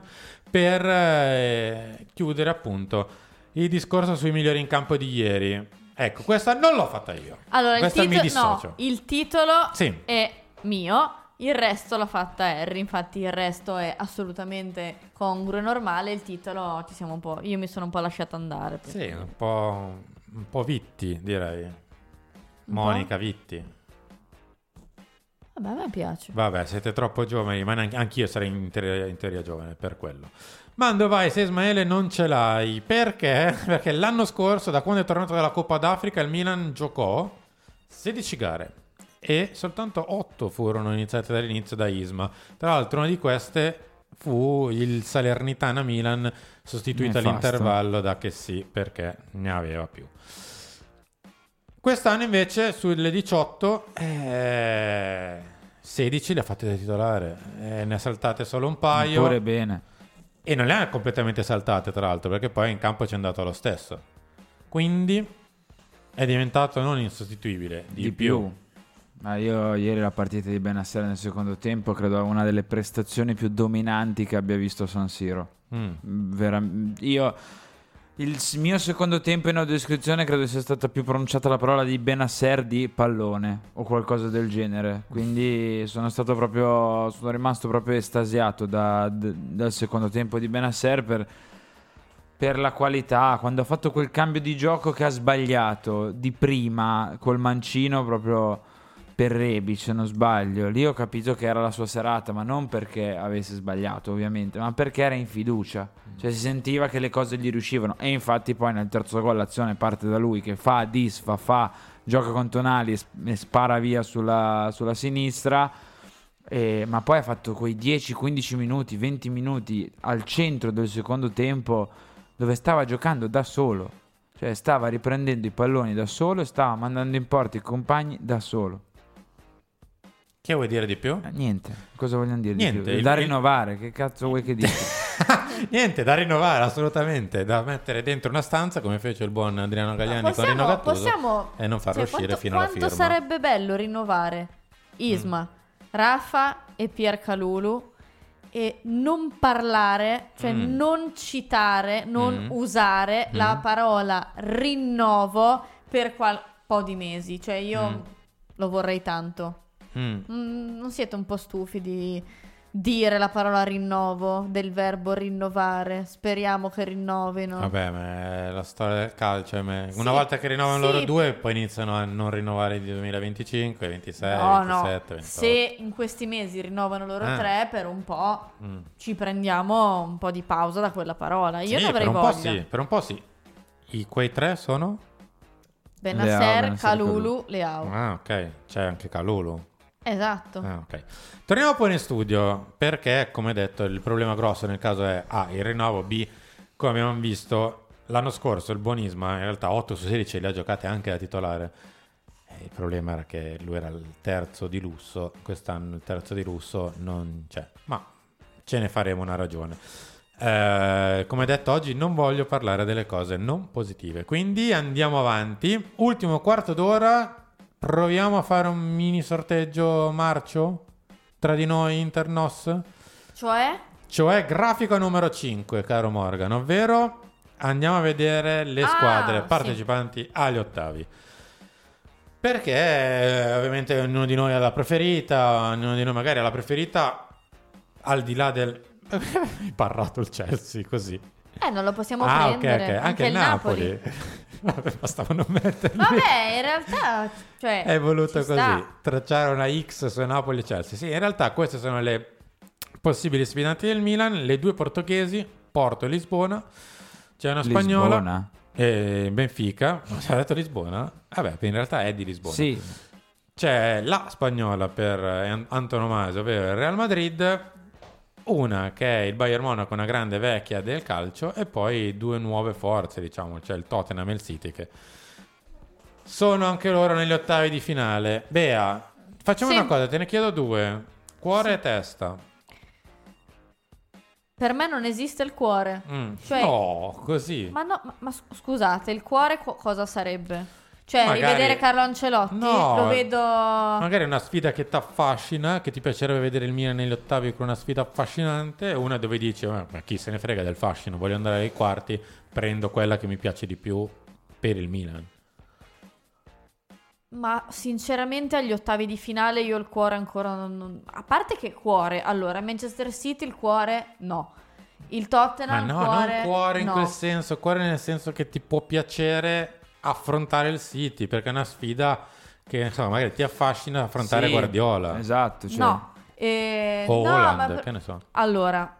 per chiudere appunto il discorso sui migliori in campo di ieri. Ecco, questa non l'ho fatta io. Allora, mi il titolo sì. è mio, il resto l'ha fatta Harry. Infatti il resto è assolutamente congruo e normale. Il titolo io mi sono un po' lasciata andare. Sì, un po' Vitti, direi. Monica Vitti. Vabbè, a me piace. Vabbè, siete troppo giovani, ma anch'io sarei in teoria giovane per quello. Mando, vai, se Ismaele non ce l'hai. Perché? Perché l'anno scorso, da quando è tornato dalla Coppa d'Africa, il Milan giocò 16 gare e soltanto 8 furono iniziate dall'inizio da Isma. Tra l'altro una di queste fu il Salernitana Milan, sostituito all'intervallo da Chessy, perché ne aveva più. Quest'anno invece sulle 18 16 le ha fatte da titolare, ne ha saltate solo un paio. Pure bene. E non le ha completamente saltate, tra l'altro, perché poi in campo ci è andato lo stesso. Quindi è diventato non insostituibile, di più. Ma io ieri la partita di Bennacer nel secondo tempo credo una delle prestazioni più dominanti che abbia visto San Siro. Il mio secondo tempo in audiodescrizione credo sia stata più pronunciata la parola di Bennacer di pallone o qualcosa del genere, quindi sono rimasto proprio estasiato dal secondo tempo di Bennacer per la qualità, quando ha fatto quel cambio di gioco che ha sbagliato di prima col mancino proprio per Rebic, se non sbaglio, lì ho capito che era la sua serata, ma non perché avesse sbagliato ovviamente, ma perché era in fiducia, cioè si sentiva che le cose gli riuscivano, e infatti poi nel terzo gol l'azione parte da lui che disfa, gioca con Tonali e spara via sulla sinistra. Ma poi ha fatto quei 10, 15 minuti, 20 minuti al centro del secondo tempo dove stava giocando da solo, cioè stava riprendendo i palloni da solo e stava mandando in porta i compagni da solo. Che vuoi dire di più? Niente, cosa vogliamo dire Niente, di più? Da rinnovare, che cazzo vuoi che dica? Niente, da rinnovare assolutamente, da mettere dentro una stanza come fece il buon Adriano Galliani con Rino Gattuso e non farlo uscire fino alla firma. Quanto sarebbe bello rinnovare Isma, Rafa e Piercalulu e non parlare, cioè non citare, non usare la parola rinnovo per po' di mesi, cioè io lo vorrei tanto. Non siete un po' stufi di dire la parola rinnovo, del verbo rinnovare? Speriamo che rinnovino. Vabbè, ma è la storia del calcio. Una volta che rinnovano loro due, poi iniziano a non rinnovare di 2025, 26, 27, 28. Se in questi mesi rinnovano loro tre, per un po' ci prendiamo un po' di pausa da quella parola. Io ne avrei voglia. Per un po' sì. Quei tre sono? Benasser, Kalulu, Leao. Ah, ok. C'è anche Kalulu. Esatto. Okay. Torniamo poi in studio perché, come detto, il problema grosso nel caso è A, il rinnovo, B, come abbiamo visto l'anno scorso il Buonisma in realtà 8 su 16 le ha giocate anche da titolare, e il problema era che lui era il terzo di lusso, quest'anno il terzo di lusso non c'è, ma ce ne faremo una ragione. Come detto, oggi non voglio parlare delle cose non positive, quindi andiamo avanti. Ultimo quarto d'ora. Proviamo a fare un mini sorteggio marcio tra di noi internos. Cioè grafica numero 5, caro Morgan, ovvero andiamo a vedere le squadre partecipanti agli ottavi. Perché ovviamente ognuno di noi ha la preferita, ognuno di noi magari ha la preferita al di là del... Hai parlato il Chelsea così. Non lo possiamo prendere. Okay. Anche il Napoli. Vabbè, bastava non metterli. Vabbè, in realtà è voluto così tracciare una X su Napoli e Chelsea. Sì, in realtà queste sono le possibili sfidanti del Milan, le due portoghesi, Porto e Lisbona. C'è una spagnola e Benfica. Ma si è detto Lisbona? Vabbè, in realtà è di Lisbona. Sì. C'è la spagnola per antonomasia, ovvero il Real Madrid, una che è il Bayern Monaco, una grande vecchia del calcio, e poi due nuove forze, diciamo, c'è il Tottenham e il City, che sono anche loro negli ottavi di finale. Bea, facciamo una cosa, te ne chiedo due, cuore e testa. Per me non esiste il cuore. No, così. Ma scusate, il cuore cosa sarebbe? Cioè, magari, rivedere Carlo Ancelotti, lo vedo... Magari una sfida che ti affascina, che ti piacerebbe vedere il Milan negli ottavi con una sfida affascinante, e una dove dici, ma chi se ne frega del fascino, voglio andare ai quarti, prendo quella che mi piace di più per il Milan. Ma sinceramente agli ottavi di finale io il cuore ancora non... A parte che cuore, allora, Manchester City il cuore no. Il Tottenham ma no, cuore, non cuore in no. quel senso, cuore nel senso che ti può piacere affrontare il City, perché è una sfida che insomma magari ti affascina affrontare Guardiola. Esatto, cioè. No. O Holland, che ne so. Allora,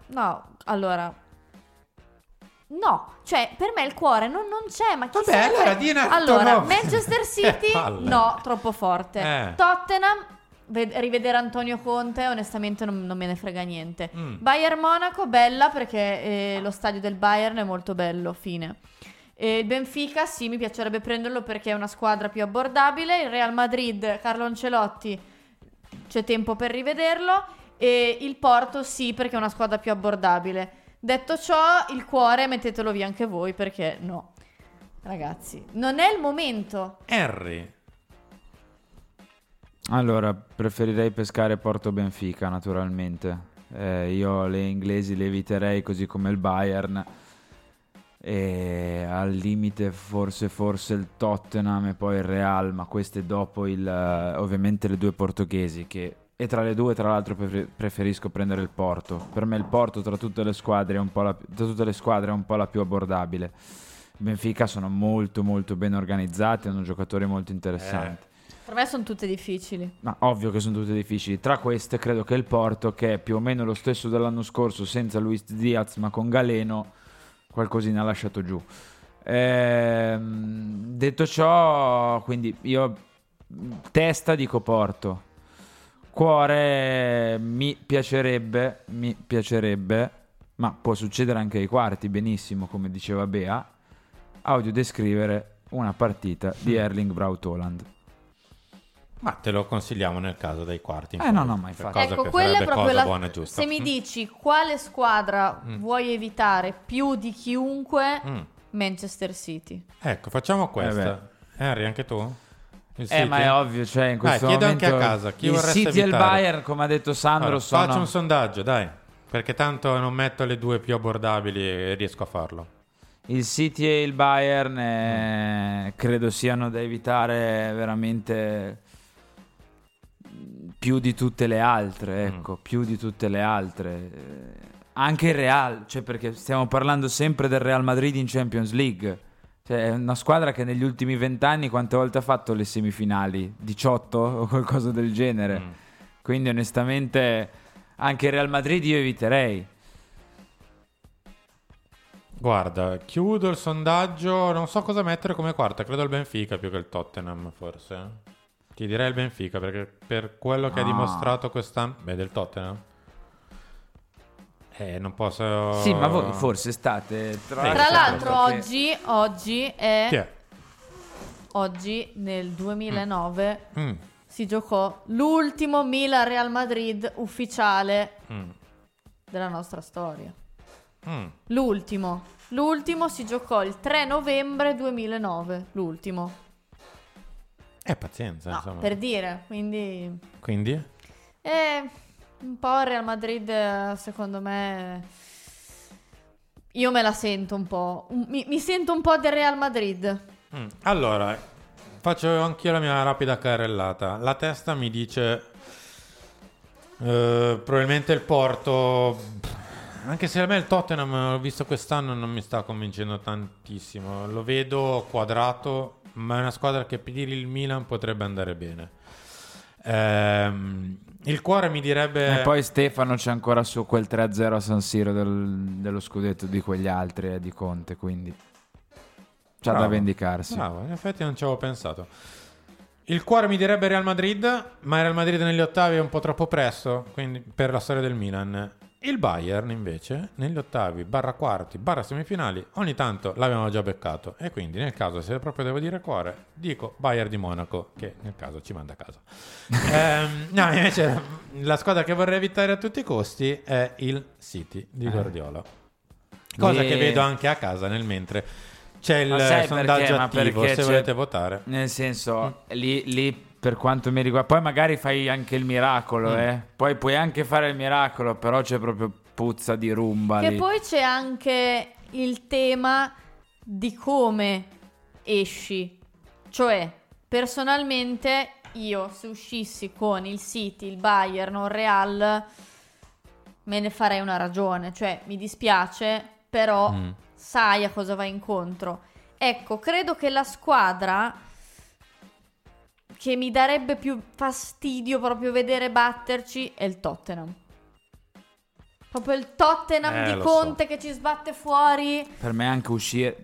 no, cioè per me il cuore non c'è, ma chi allora, Manchester City no, troppo forte. Tottenham, rivedere Antonio Conte onestamente non me ne frega niente. Bayern Monaco, bella perché lo stadio del Bayern è molto bello, fine. Il Benfica sì, mi piacerebbe prenderlo perché è una squadra più abbordabile. Il Real Madrid, Carlo Ancelotti, c'è tempo per rivederlo. E il Porto sì, perché è una squadra più abbordabile. Detto ciò, il cuore mettetelo via anche voi, perché no, ragazzi, non è il momento. Henry. Allora, preferirei pescare Porto Benfica, naturalmente. Io le inglesi le eviterei, così come il Bayern. E al limite forse il Tottenham e poi il Real, ma queste dopo ovviamente le due portoghesi, che E tra le due, tra l'altro, preferisco prendere il Porto. Per me il Porto tra tutte le squadre è un po' la più abbordabile. Il Benfica sono molto molto ben organizzati, hanno giocatori molto interessanti. Per me sono tutte difficili. Ma ovvio che sono tutte difficili. Tra queste credo che il Porto, che è più o meno lo stesso dell'anno scorso senza Luis Diaz ma con Galeno, qualcosina ha lasciato giù. Detto ciò, quindi io testa dico Porto. Cuore mi piacerebbe, ma può succedere anche ai quarti, benissimo, come diceva Bea, audiodescrivere una partita di Erling Braut Haaland. Ma te lo consigliamo nel caso dei quarti. No, ma infatti. Ecco, quella è proprio la buona e giusta. Se mi dici quale squadra vuoi evitare più di chiunque, Manchester City. Ecco, facciamo questa. Henry, anche tu? Ma è ovvio, cioè in questo chiedo momento anche a casa chi il vorreste City evitare? e il Bayern, come ha detto Sandro, allora, sono... faccio un sondaggio, dai, perché tanto non metto le due più abbordabili e riesco a farlo. Il City e il Bayern credo siano da evitare veramente più di tutte le altre, ecco, più di tutte le altre. Anche il Real, cioè perché stiamo parlando sempre del Real Madrid in Champions League. Cioè, è una squadra che negli ultimi 20 anni quante volte ha fatto le semifinali? 18 o qualcosa del genere. Quindi onestamente anche il Real Madrid io eviterei. Guarda, chiudo il sondaggio, non so cosa mettere come quarta, credo il Benfica più che il Tottenham forse. Ti direi il Benfica perché per quello che ha dimostrato quest'anno... Beh, del Tottenham? Non posso... Sì, ma voi forse state... Tra l'altro oggi è... Chi è? Oggi nel 2009 si giocò l'ultimo Milan-Real Madrid ufficiale della nostra storia. L'ultimo si giocò il 3 novembre 2009. L'ultimo. Pazienza, insomma. Per dire, quindi... Quindi? Un po' il Real Madrid, secondo me... Io me la sento un po'. Mi sento un po' del Real Madrid. Allora, faccio anch'io la mia rapida carrellata. La testa mi dice... probabilmente il Porto... Anche se a me il Tottenham, l'ho visto quest'anno, non mi sta convincendo tantissimo. Lo vedo quadrato, ma è una squadra che per il Milan potrebbe andare bene. Il cuore mi direbbe... E poi Stefano c'è ancora su quel 3-0 a San Siro dello scudetto di quegli altri, di Conte, quindi c'ha da vendicarsi. Bravo, in effetti non ci avevo pensato. Il cuore mi direbbe Real Madrid, ma il Real Madrid negli ottavi è un po' troppo presto, quindi per la storia del Milan. Il Bayern invece negli ottavi /quarti /semifinali ogni tanto l'abbiamo già beccato, e quindi nel caso, se proprio devo dire cuore, dico Bayern di Monaco, che nel caso ci manda a casa. No, invece la squadra che vorrei evitare a tutti i costi è il City di Guardiola, cosa che vedo anche a casa nel mentre c'è il sondaggio attivo, se volete votare. Nel senso, lì per quanto mi riguarda, poi magari fai anche il miracolo, poi puoi anche fare il miracolo, però c'è proprio puzza di rumba che lì. Poi c'è anche il tema di come esci. Cioè, personalmente io, se uscissi con il City, il Bayern o il Real, me ne farei una ragione. Cioè, mi dispiace, però sai a cosa vai incontro. Ecco, credo che la squadra che mi darebbe più fastidio proprio vedere batterci è il Tottenham. Proprio il Tottenham di Conte che ci sbatte fuori. Per me anche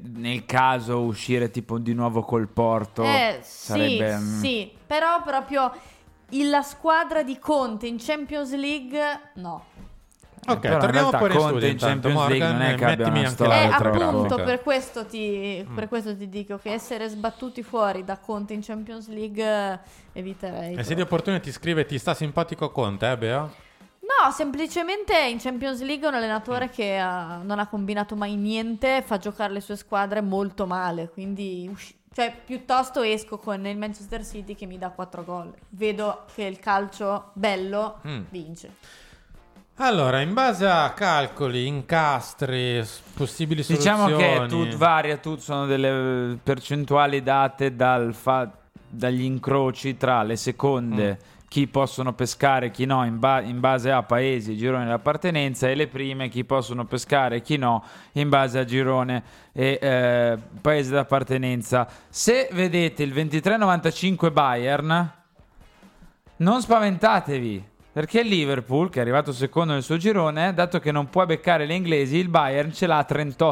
uscire tipo di nuovo col Porto sarebbe... Sì, però proprio la squadra di Conte in Champions League, no. Ok, però torniamo poi in studio in intanto, Champions League Morgan, non è che abbia una storia appunto per questo ti dico che essere sbattuti fuori da Conte in Champions League eviterei. E se di opportunità ti scrive ti sta simpatico Conte, Bea? No, semplicemente in Champions League è un allenatore che non ha combinato mai niente, fa giocare le sue squadre molto male, quindi cioè piuttosto esco con il Manchester City che mi dà 4 gol. Vedo che il calcio bello vince. Allora, in base a calcoli, incastri, possibili soluzioni... Diciamo che tutto varia, sono delle percentuali date dagli incroci tra le seconde, chi possono pescare, chi no, in base a paesi, girone di appartenenza, e le prime, chi possono pescare, chi no, in base a girone e paese d'appartenenza. Se vedete il 23,95 Bayern, non spaventatevi, perché il Liverpool, che è arrivato secondo nel suo girone, dato che non può beccare le inglesi, il Bayern ce l'ha a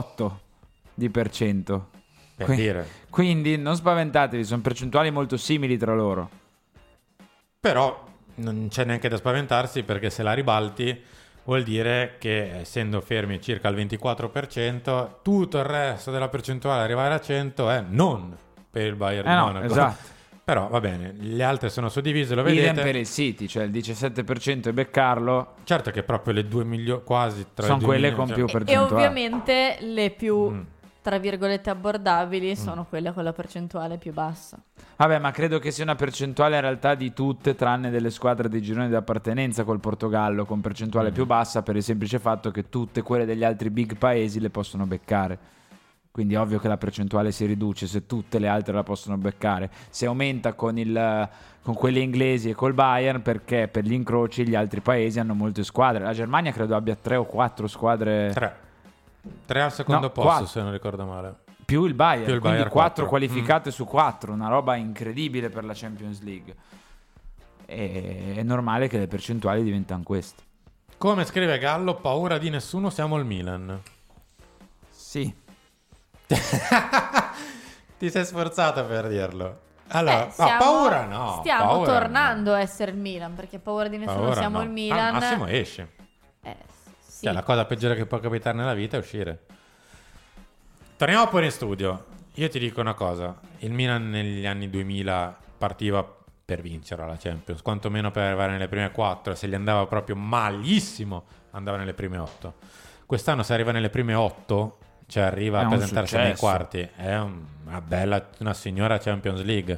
38%. Per dire. Quindi non spaventatevi, sono percentuali molto simili tra loro. Però non c'è neanche da spaventarsi, perché se la ribalti vuol dire che, essendo fermi circa al 24%, tutto il resto della percentuale arrivare a 100 è non per il Bayern di Monaco. Esatto. Però va bene, le altre sono suddivise, lo vedete. Idem per il City, cioè il 17% e beccarlo. Certo che proprio le 2 milioni, quasi tra sono i 2 quelle milioni, con più E percentuali. ovviamente le più, tra virgolette, abbordabili sono quelle con la percentuale più bassa. Vabbè, ma credo che sia una percentuale in realtà di tutte, tranne delle squadre dei gironi di appartenenza col Portogallo, con percentuale più bassa, per il semplice fatto che tutte quelle degli altri big paesi le possono beccare. Quindi è ovvio che la percentuale si riduce se tutte le altre la possono beccare. Se aumenta con quelli inglesi e col Bayern, perché per gli incroci gli altri paesi hanno molte squadre. La Germania credo abbia 3 o 4 squadre. 3 al secondo posto, 4. se non ricordo male. Più il Bayern, Più il quindi Bayern 4 4. qualificate su 4, una roba incredibile per la Champions League. E è normale che le percentuali diventano queste. Come scrive Gallo, paura di nessuno, siamo il Milan. Sì. Ti sei sforzato per dirlo. Allora, Paura no. Stiamo paura tornando a essere il Milan, perché paura di nessuno, Paura siamo no. il Milan. Al massimo esce. Sì. Cioè, la cosa peggiore che può capitare nella vita è uscire. Torniamo poi in studio. Io ti dico una cosa: il Milan negli anni 2000 partiva per vincere la Champions, quantomeno per arrivare nelle prime 4. Se gli andava proprio malissimo, andava nelle prime 8. Quest'anno, se arriva nelle prime 8, cioè arriva a presentarsi nei quarti, è una signora Champions League.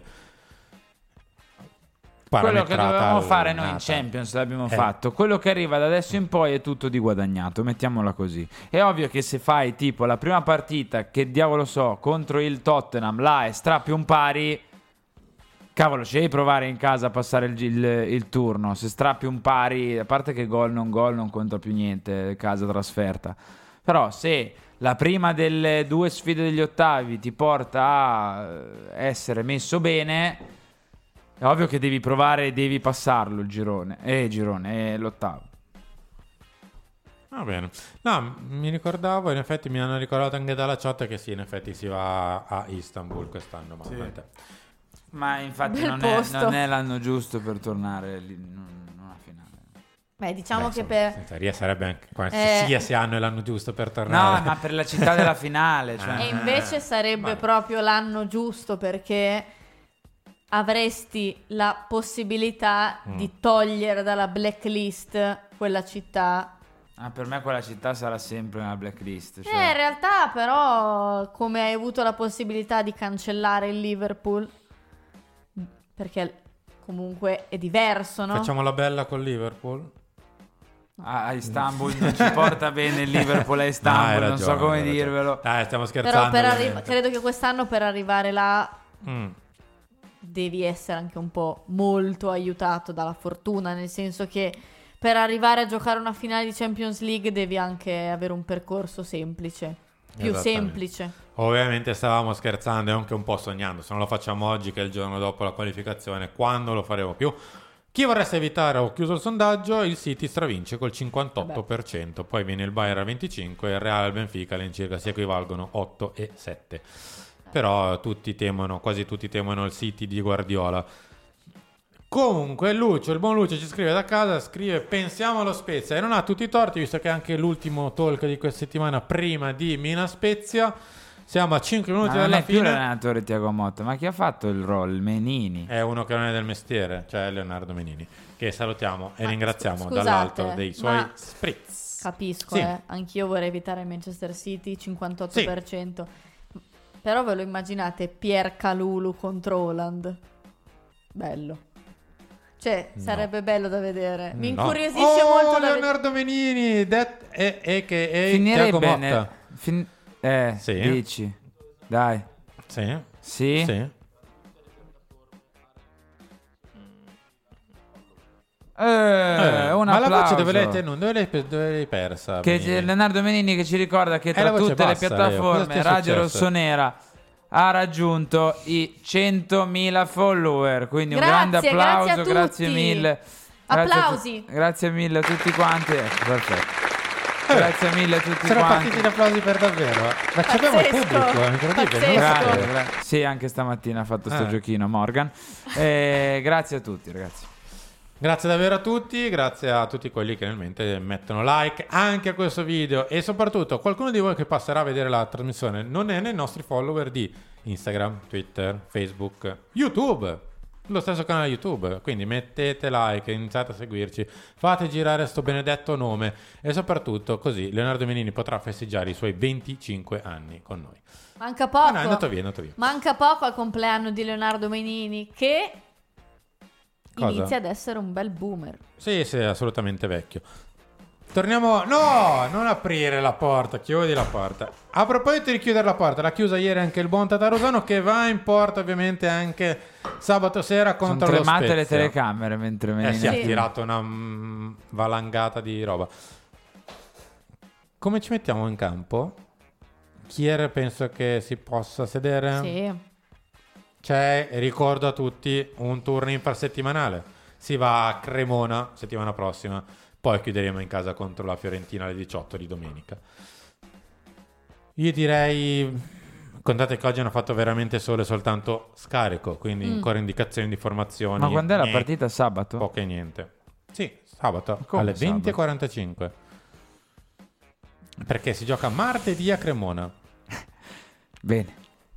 Quello che dovevamo fare noi in Champions l'abbiamo fatto. Quello che arriva da adesso in poi è tutto di guadagnato, mettiamola così. È ovvio che se fai tipo la prima partita, che diavolo so, contro il Tottenham, là e strappi un pari, cavolo, ci devi provare in casa a passare il turno. Se strappi un pari, a parte che gol non conta più niente, casa trasferta. Però se la prima delle 2 sfide degli ottavi ti porta a essere messo bene, è ovvio che devi provare e devi passarlo il girone è l'ottavo. Va bene. No, mi ricordavo, in effetti mi hanno ricordato anche dalla chat che sì, in effetti si va a Istanbul quest'anno. Ma infatti non è l'anno giusto per tornare lì, non a finale. Beh, diciamo che per... In teoria sarebbe anche qualsiasi anno è l'anno giusto per tornare. No, ma per la città della finale. Cioè... E invece sarebbe proprio l'anno giusto, perché avresti la possibilità di togliere dalla blacklist quella città. Per me quella città sarà sempre nella blacklist. Cioè... In realtà però, come hai avuto la possibilità di cancellare il Liverpool, perché comunque è diverso, no? Facciamo la bella col Liverpool? A Istanbul non ci porta bene il Liverpool a Istanbul, non so come dirvelo. Stiamo scherzando. Però credo che quest'anno per arrivare là devi essere anche un po' molto aiutato dalla fortuna, nel senso che per arrivare a giocare una finale di Champions League devi anche avere un percorso semplice, più semplice. Ovviamente stavamo scherzando e anche un po' sognando. Se non lo facciamo oggi, che è il giorno dopo la qualificazione, quando lo faremo più? Chi vorreste evitare? Ho chiuso il sondaggio. Il City stravince col 58%. Poi viene il Bayern al 25% e il Real e il Benfica all'incirca si equivalgono 8 e 7. Però quasi tutti temono il City di Guardiola. Comunque Lucio, il buon Lucio, ci scrive da casa, scrive: pensiamo allo Spezia, e non ha tutti i torti, visto che è anche l'ultimo talk di questa settimana prima di Milan Spezia. Siamo a 5 minuti dalla fine. Non è più l'allenatore Thiago Motta, ma chi ha fatto il rol? Menini. È uno che non è del mestiere, cioè Leonardo Menini, che salutiamo e ringraziamo scusate, dall'alto dei suoi spritz. Capisco, Sì. anch'io vorrei evitare il Manchester City, 58%. Però ve lo immaginate Pierre Calulu contro Haaland? Bello. Cioè, sarebbe bello da vedere. Mi incuriosisce molto da Leonardo Menini, che finirebbe Thiago Motta. Dici. Dai. Sì. Sì? Un ma la voce applauso. dove l'hai persa? Che Benini? Leonardo Menini che ci ricorda che la tra voce tutte le bassa, Leo. piattaforme Cosa ti è Radio successo? Rossonera ha raggiunto i 100.000 follower, quindi un Grazie, grande applauso, grazie a tutti. grazie mille. Applausi. Grazie mille a tutti quanti. Ecco, perfetto. Grazie mille a tutti Sono quanti. partiti gli applausi per davvero. Ma ci abbiamo il Pazzesco. pubblico, è incredibile. Pazzesco. no? Grazie. Sì, anche stamattina ha fatto sto giochino Morgan. Grazie a tutti, ragazzi. Grazie davvero a tutti, grazie a tutti quelli che realmente mettono like anche a questo video e soprattutto qualcuno di voi che passerà a vedere la trasmissione non è nei nostri follower di Instagram, Twitter, Facebook, YouTube, lo stesso canale YouTube, quindi mettete like, iniziate a seguirci, fate girare sto benedetto nome e soprattutto così Leonardo Menini potrà festeggiare i suoi 25 anni con noi. Manca poco. No, è andato via. Manca poco al compleanno di Leonardo Menini che Cosa? inizia ad essere un bel boomer. Sì, assolutamente vecchio. Torniamo. No, non aprire la porta, chiudi la porta. A proposito di chiudere la porta, l'ha chiusa ieri anche il buon Tatarusano che va in porta ovviamente anche sabato sera contro Sono lo tremate Spezia. le telecamere mentre Menini. Si è tirato una valangata di roba. Come ci mettiamo in campo? Chier penso che si possa sedere. Sì. C'è, ricordo a tutti, un turno infrasettimanale. Si va a Cremona settimana prossima, poi chiuderemo in casa contro la Fiorentina alle 18 di domenica. Io direi, contate che oggi hanno fatto veramente solo e soltanto scarico, quindi ancora indicazioni di formazioni. Ma quando è la partita? Sabato? Poco e niente. Sì, sabato Come alle sabato? 20:45. Perché si gioca martedì a Cremona. Bene.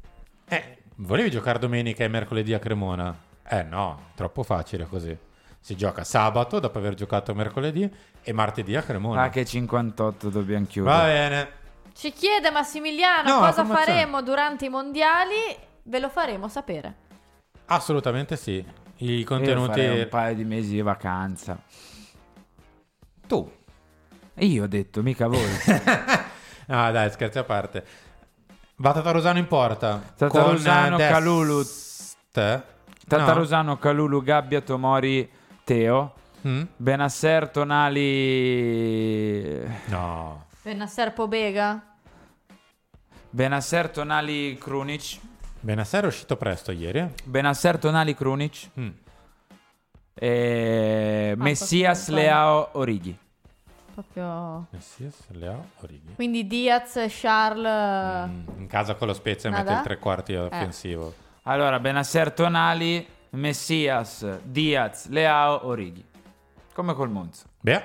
Volevi giocare domenica e mercoledì a Cremona? No, troppo facile così. Si gioca sabato dopo aver giocato mercoledì e martedì a Cremona. Ah, che 58 dobbiamo chiudere. Va bene. Ci chiede Massimiliano No, cosa formazione. faremo durante i mondiali. Ve lo faremo sapere. Assolutamente sì. I Io contenuti. farei un paio di mesi di vacanza. Tu? Io ho detto, mica voi. Ah, dai, scherzi a parte. Va Tatarusano in porta. Tatarusano, con Calulu. Tatarusano, Calulu, Gabbia, Tomori, Teo. Benasser, Tonali. No. Benasser Pobega. Benasser, Tonali, Krunic. Benasser è uscito presto ieri. Benasser, Tonali, Krunic. Messias, proprio- Leao, Origi. Proprio. Messias, Leao, Origi. Quindi Diaz, Charles. In casa con lo Spezia Nada? mette il tre quarti offensivo. Allora, Benasser, Tonali, Messias, Diaz, Leao, Origi. Come col Monza. Beh.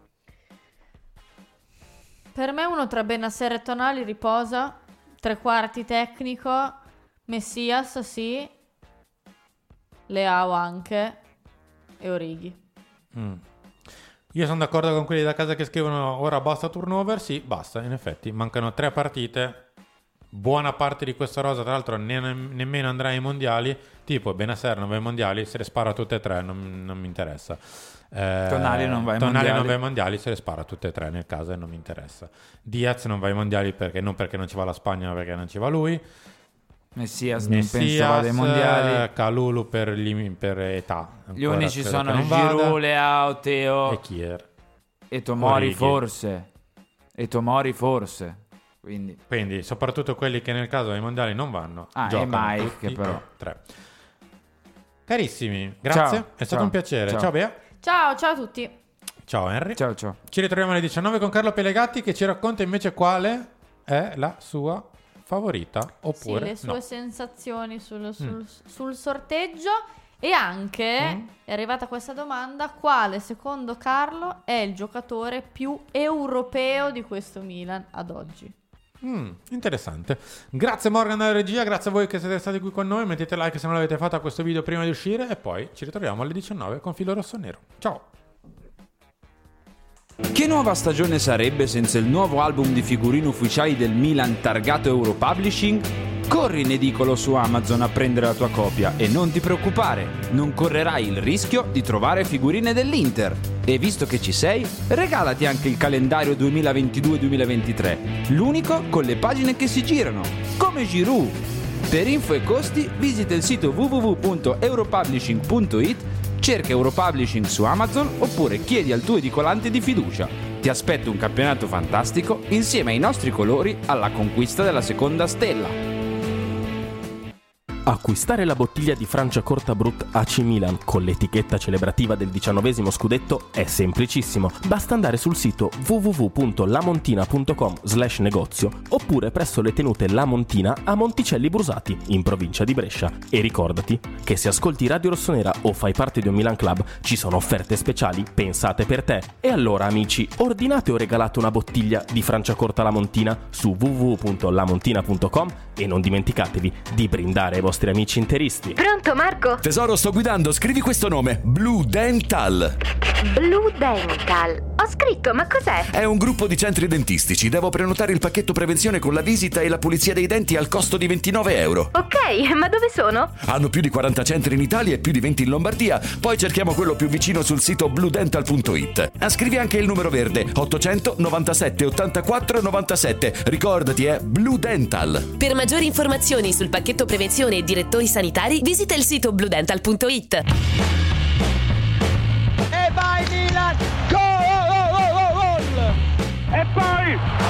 Per me uno tra Benasser e Tonali riposa. Tre quarti tecnico. Messias sì. Leao anche. E Origi. Io sono d'accordo con quelli da casa che scrivono ora basta turnover. Sì, basta, in effetti. Mancano 3 partite. Buona parte di questa rosa, tra l'altro, nemmeno andrà ai mondiali. Tipo Benasser non va ai mondiali, se le spara tutte e 3, non mi interessa. Tonali non va ai Tonali mondiali. non va ai mondiali, se le spara tutte e 3 nel caso e non mi interessa. Diaz non va ai mondiali perché non ci va la Spagna, ma perché non ci va lui. Messias non penso vada ai mondiali. Calulu per età. Gli Ancora unici credo sono che non vada. Giroud, Leao, Teo E Kier. e Tomori Origi. forse. Quindi soprattutto quelli che nel caso ai mondiali non vanno. Ah, e giocano Mike, tutti però. e 3. Carissimi, grazie. Ciao, È stato ciao, un piacere. ciao. Ciao Bea. Ciao a tutti. Ciao Henry. Ciao. Ci ritroviamo alle 19 con Carlo Pelegatti che ci racconta invece quale è la sua favorita Sì, oppure le sue no. sensazioni sul sorteggio. E anche è arrivata questa domanda: quale secondo Carlo è il giocatore più europeo di questo Milan ad oggi? Interessante. Grazie Morgan dalla regia, grazie a voi che siete stati qui con noi. Mettete like se non l'avete fatto a questo video prima di uscire e poi ci ritroviamo alle 19 con Filo Rossonero. Ciao. Che nuova stagione sarebbe senza il nuovo album di figurine ufficiali del Milan targato Europublishing? Corri in edicolo su Amazon a prendere la tua copia e non ti preoccupare, non correrai il rischio di trovare figurine dell'Inter. E visto che ci sei, regalati anche il calendario 2022-2023, l'unico con le pagine che si girano, come Giroud. Per info e costi visita il sito www.europublishing.it, Cerca Europublishing su Amazon oppure chiedi al tuo edicolante di fiducia. Ti aspetta un campionato fantastico insieme ai nostri colori alla conquista della seconda stella. Acquistare la bottiglia di Franciacorta Brut AC Milan con l'etichetta celebrativa del 19° scudetto è semplicissimo. Basta andare sul sito www.lamontina.com/negozio oppure presso le tenute La Montina a Monticelli Brusati, in provincia di Brescia. E ricordati che se ascolti Radio Rossonera o fai parte di un Milan Club ci sono offerte speciali pensate per te. E allora amici, ordinate o regalate una bottiglia di Franciacorta La Montina su www.lamontina.com e non dimenticatevi di brindare ai vostri amici interisti. Pronto Marco? Tesoro, sto guidando, scrivi questo nome: Blue Dental. Blue Dental. Ho scritto, ma cos'è? È un gruppo di centri dentistici. Devo prenotare il pacchetto prevenzione con la visita e la pulizia dei denti al costo di €29. Ok, ma dove sono? Hanno più di 40 centri in Italia e più di 20 in Lombardia. Poi cerchiamo quello più vicino sul sito bluedental.it. Scrivi anche il numero verde: 800 97 84 97. Ricordati, è Blue Dental. Per maggiori informazioni sul pacchetto prevenzione e direttori sanitari, visita il sito bluedental.it. E vai Milan! Gol! E poi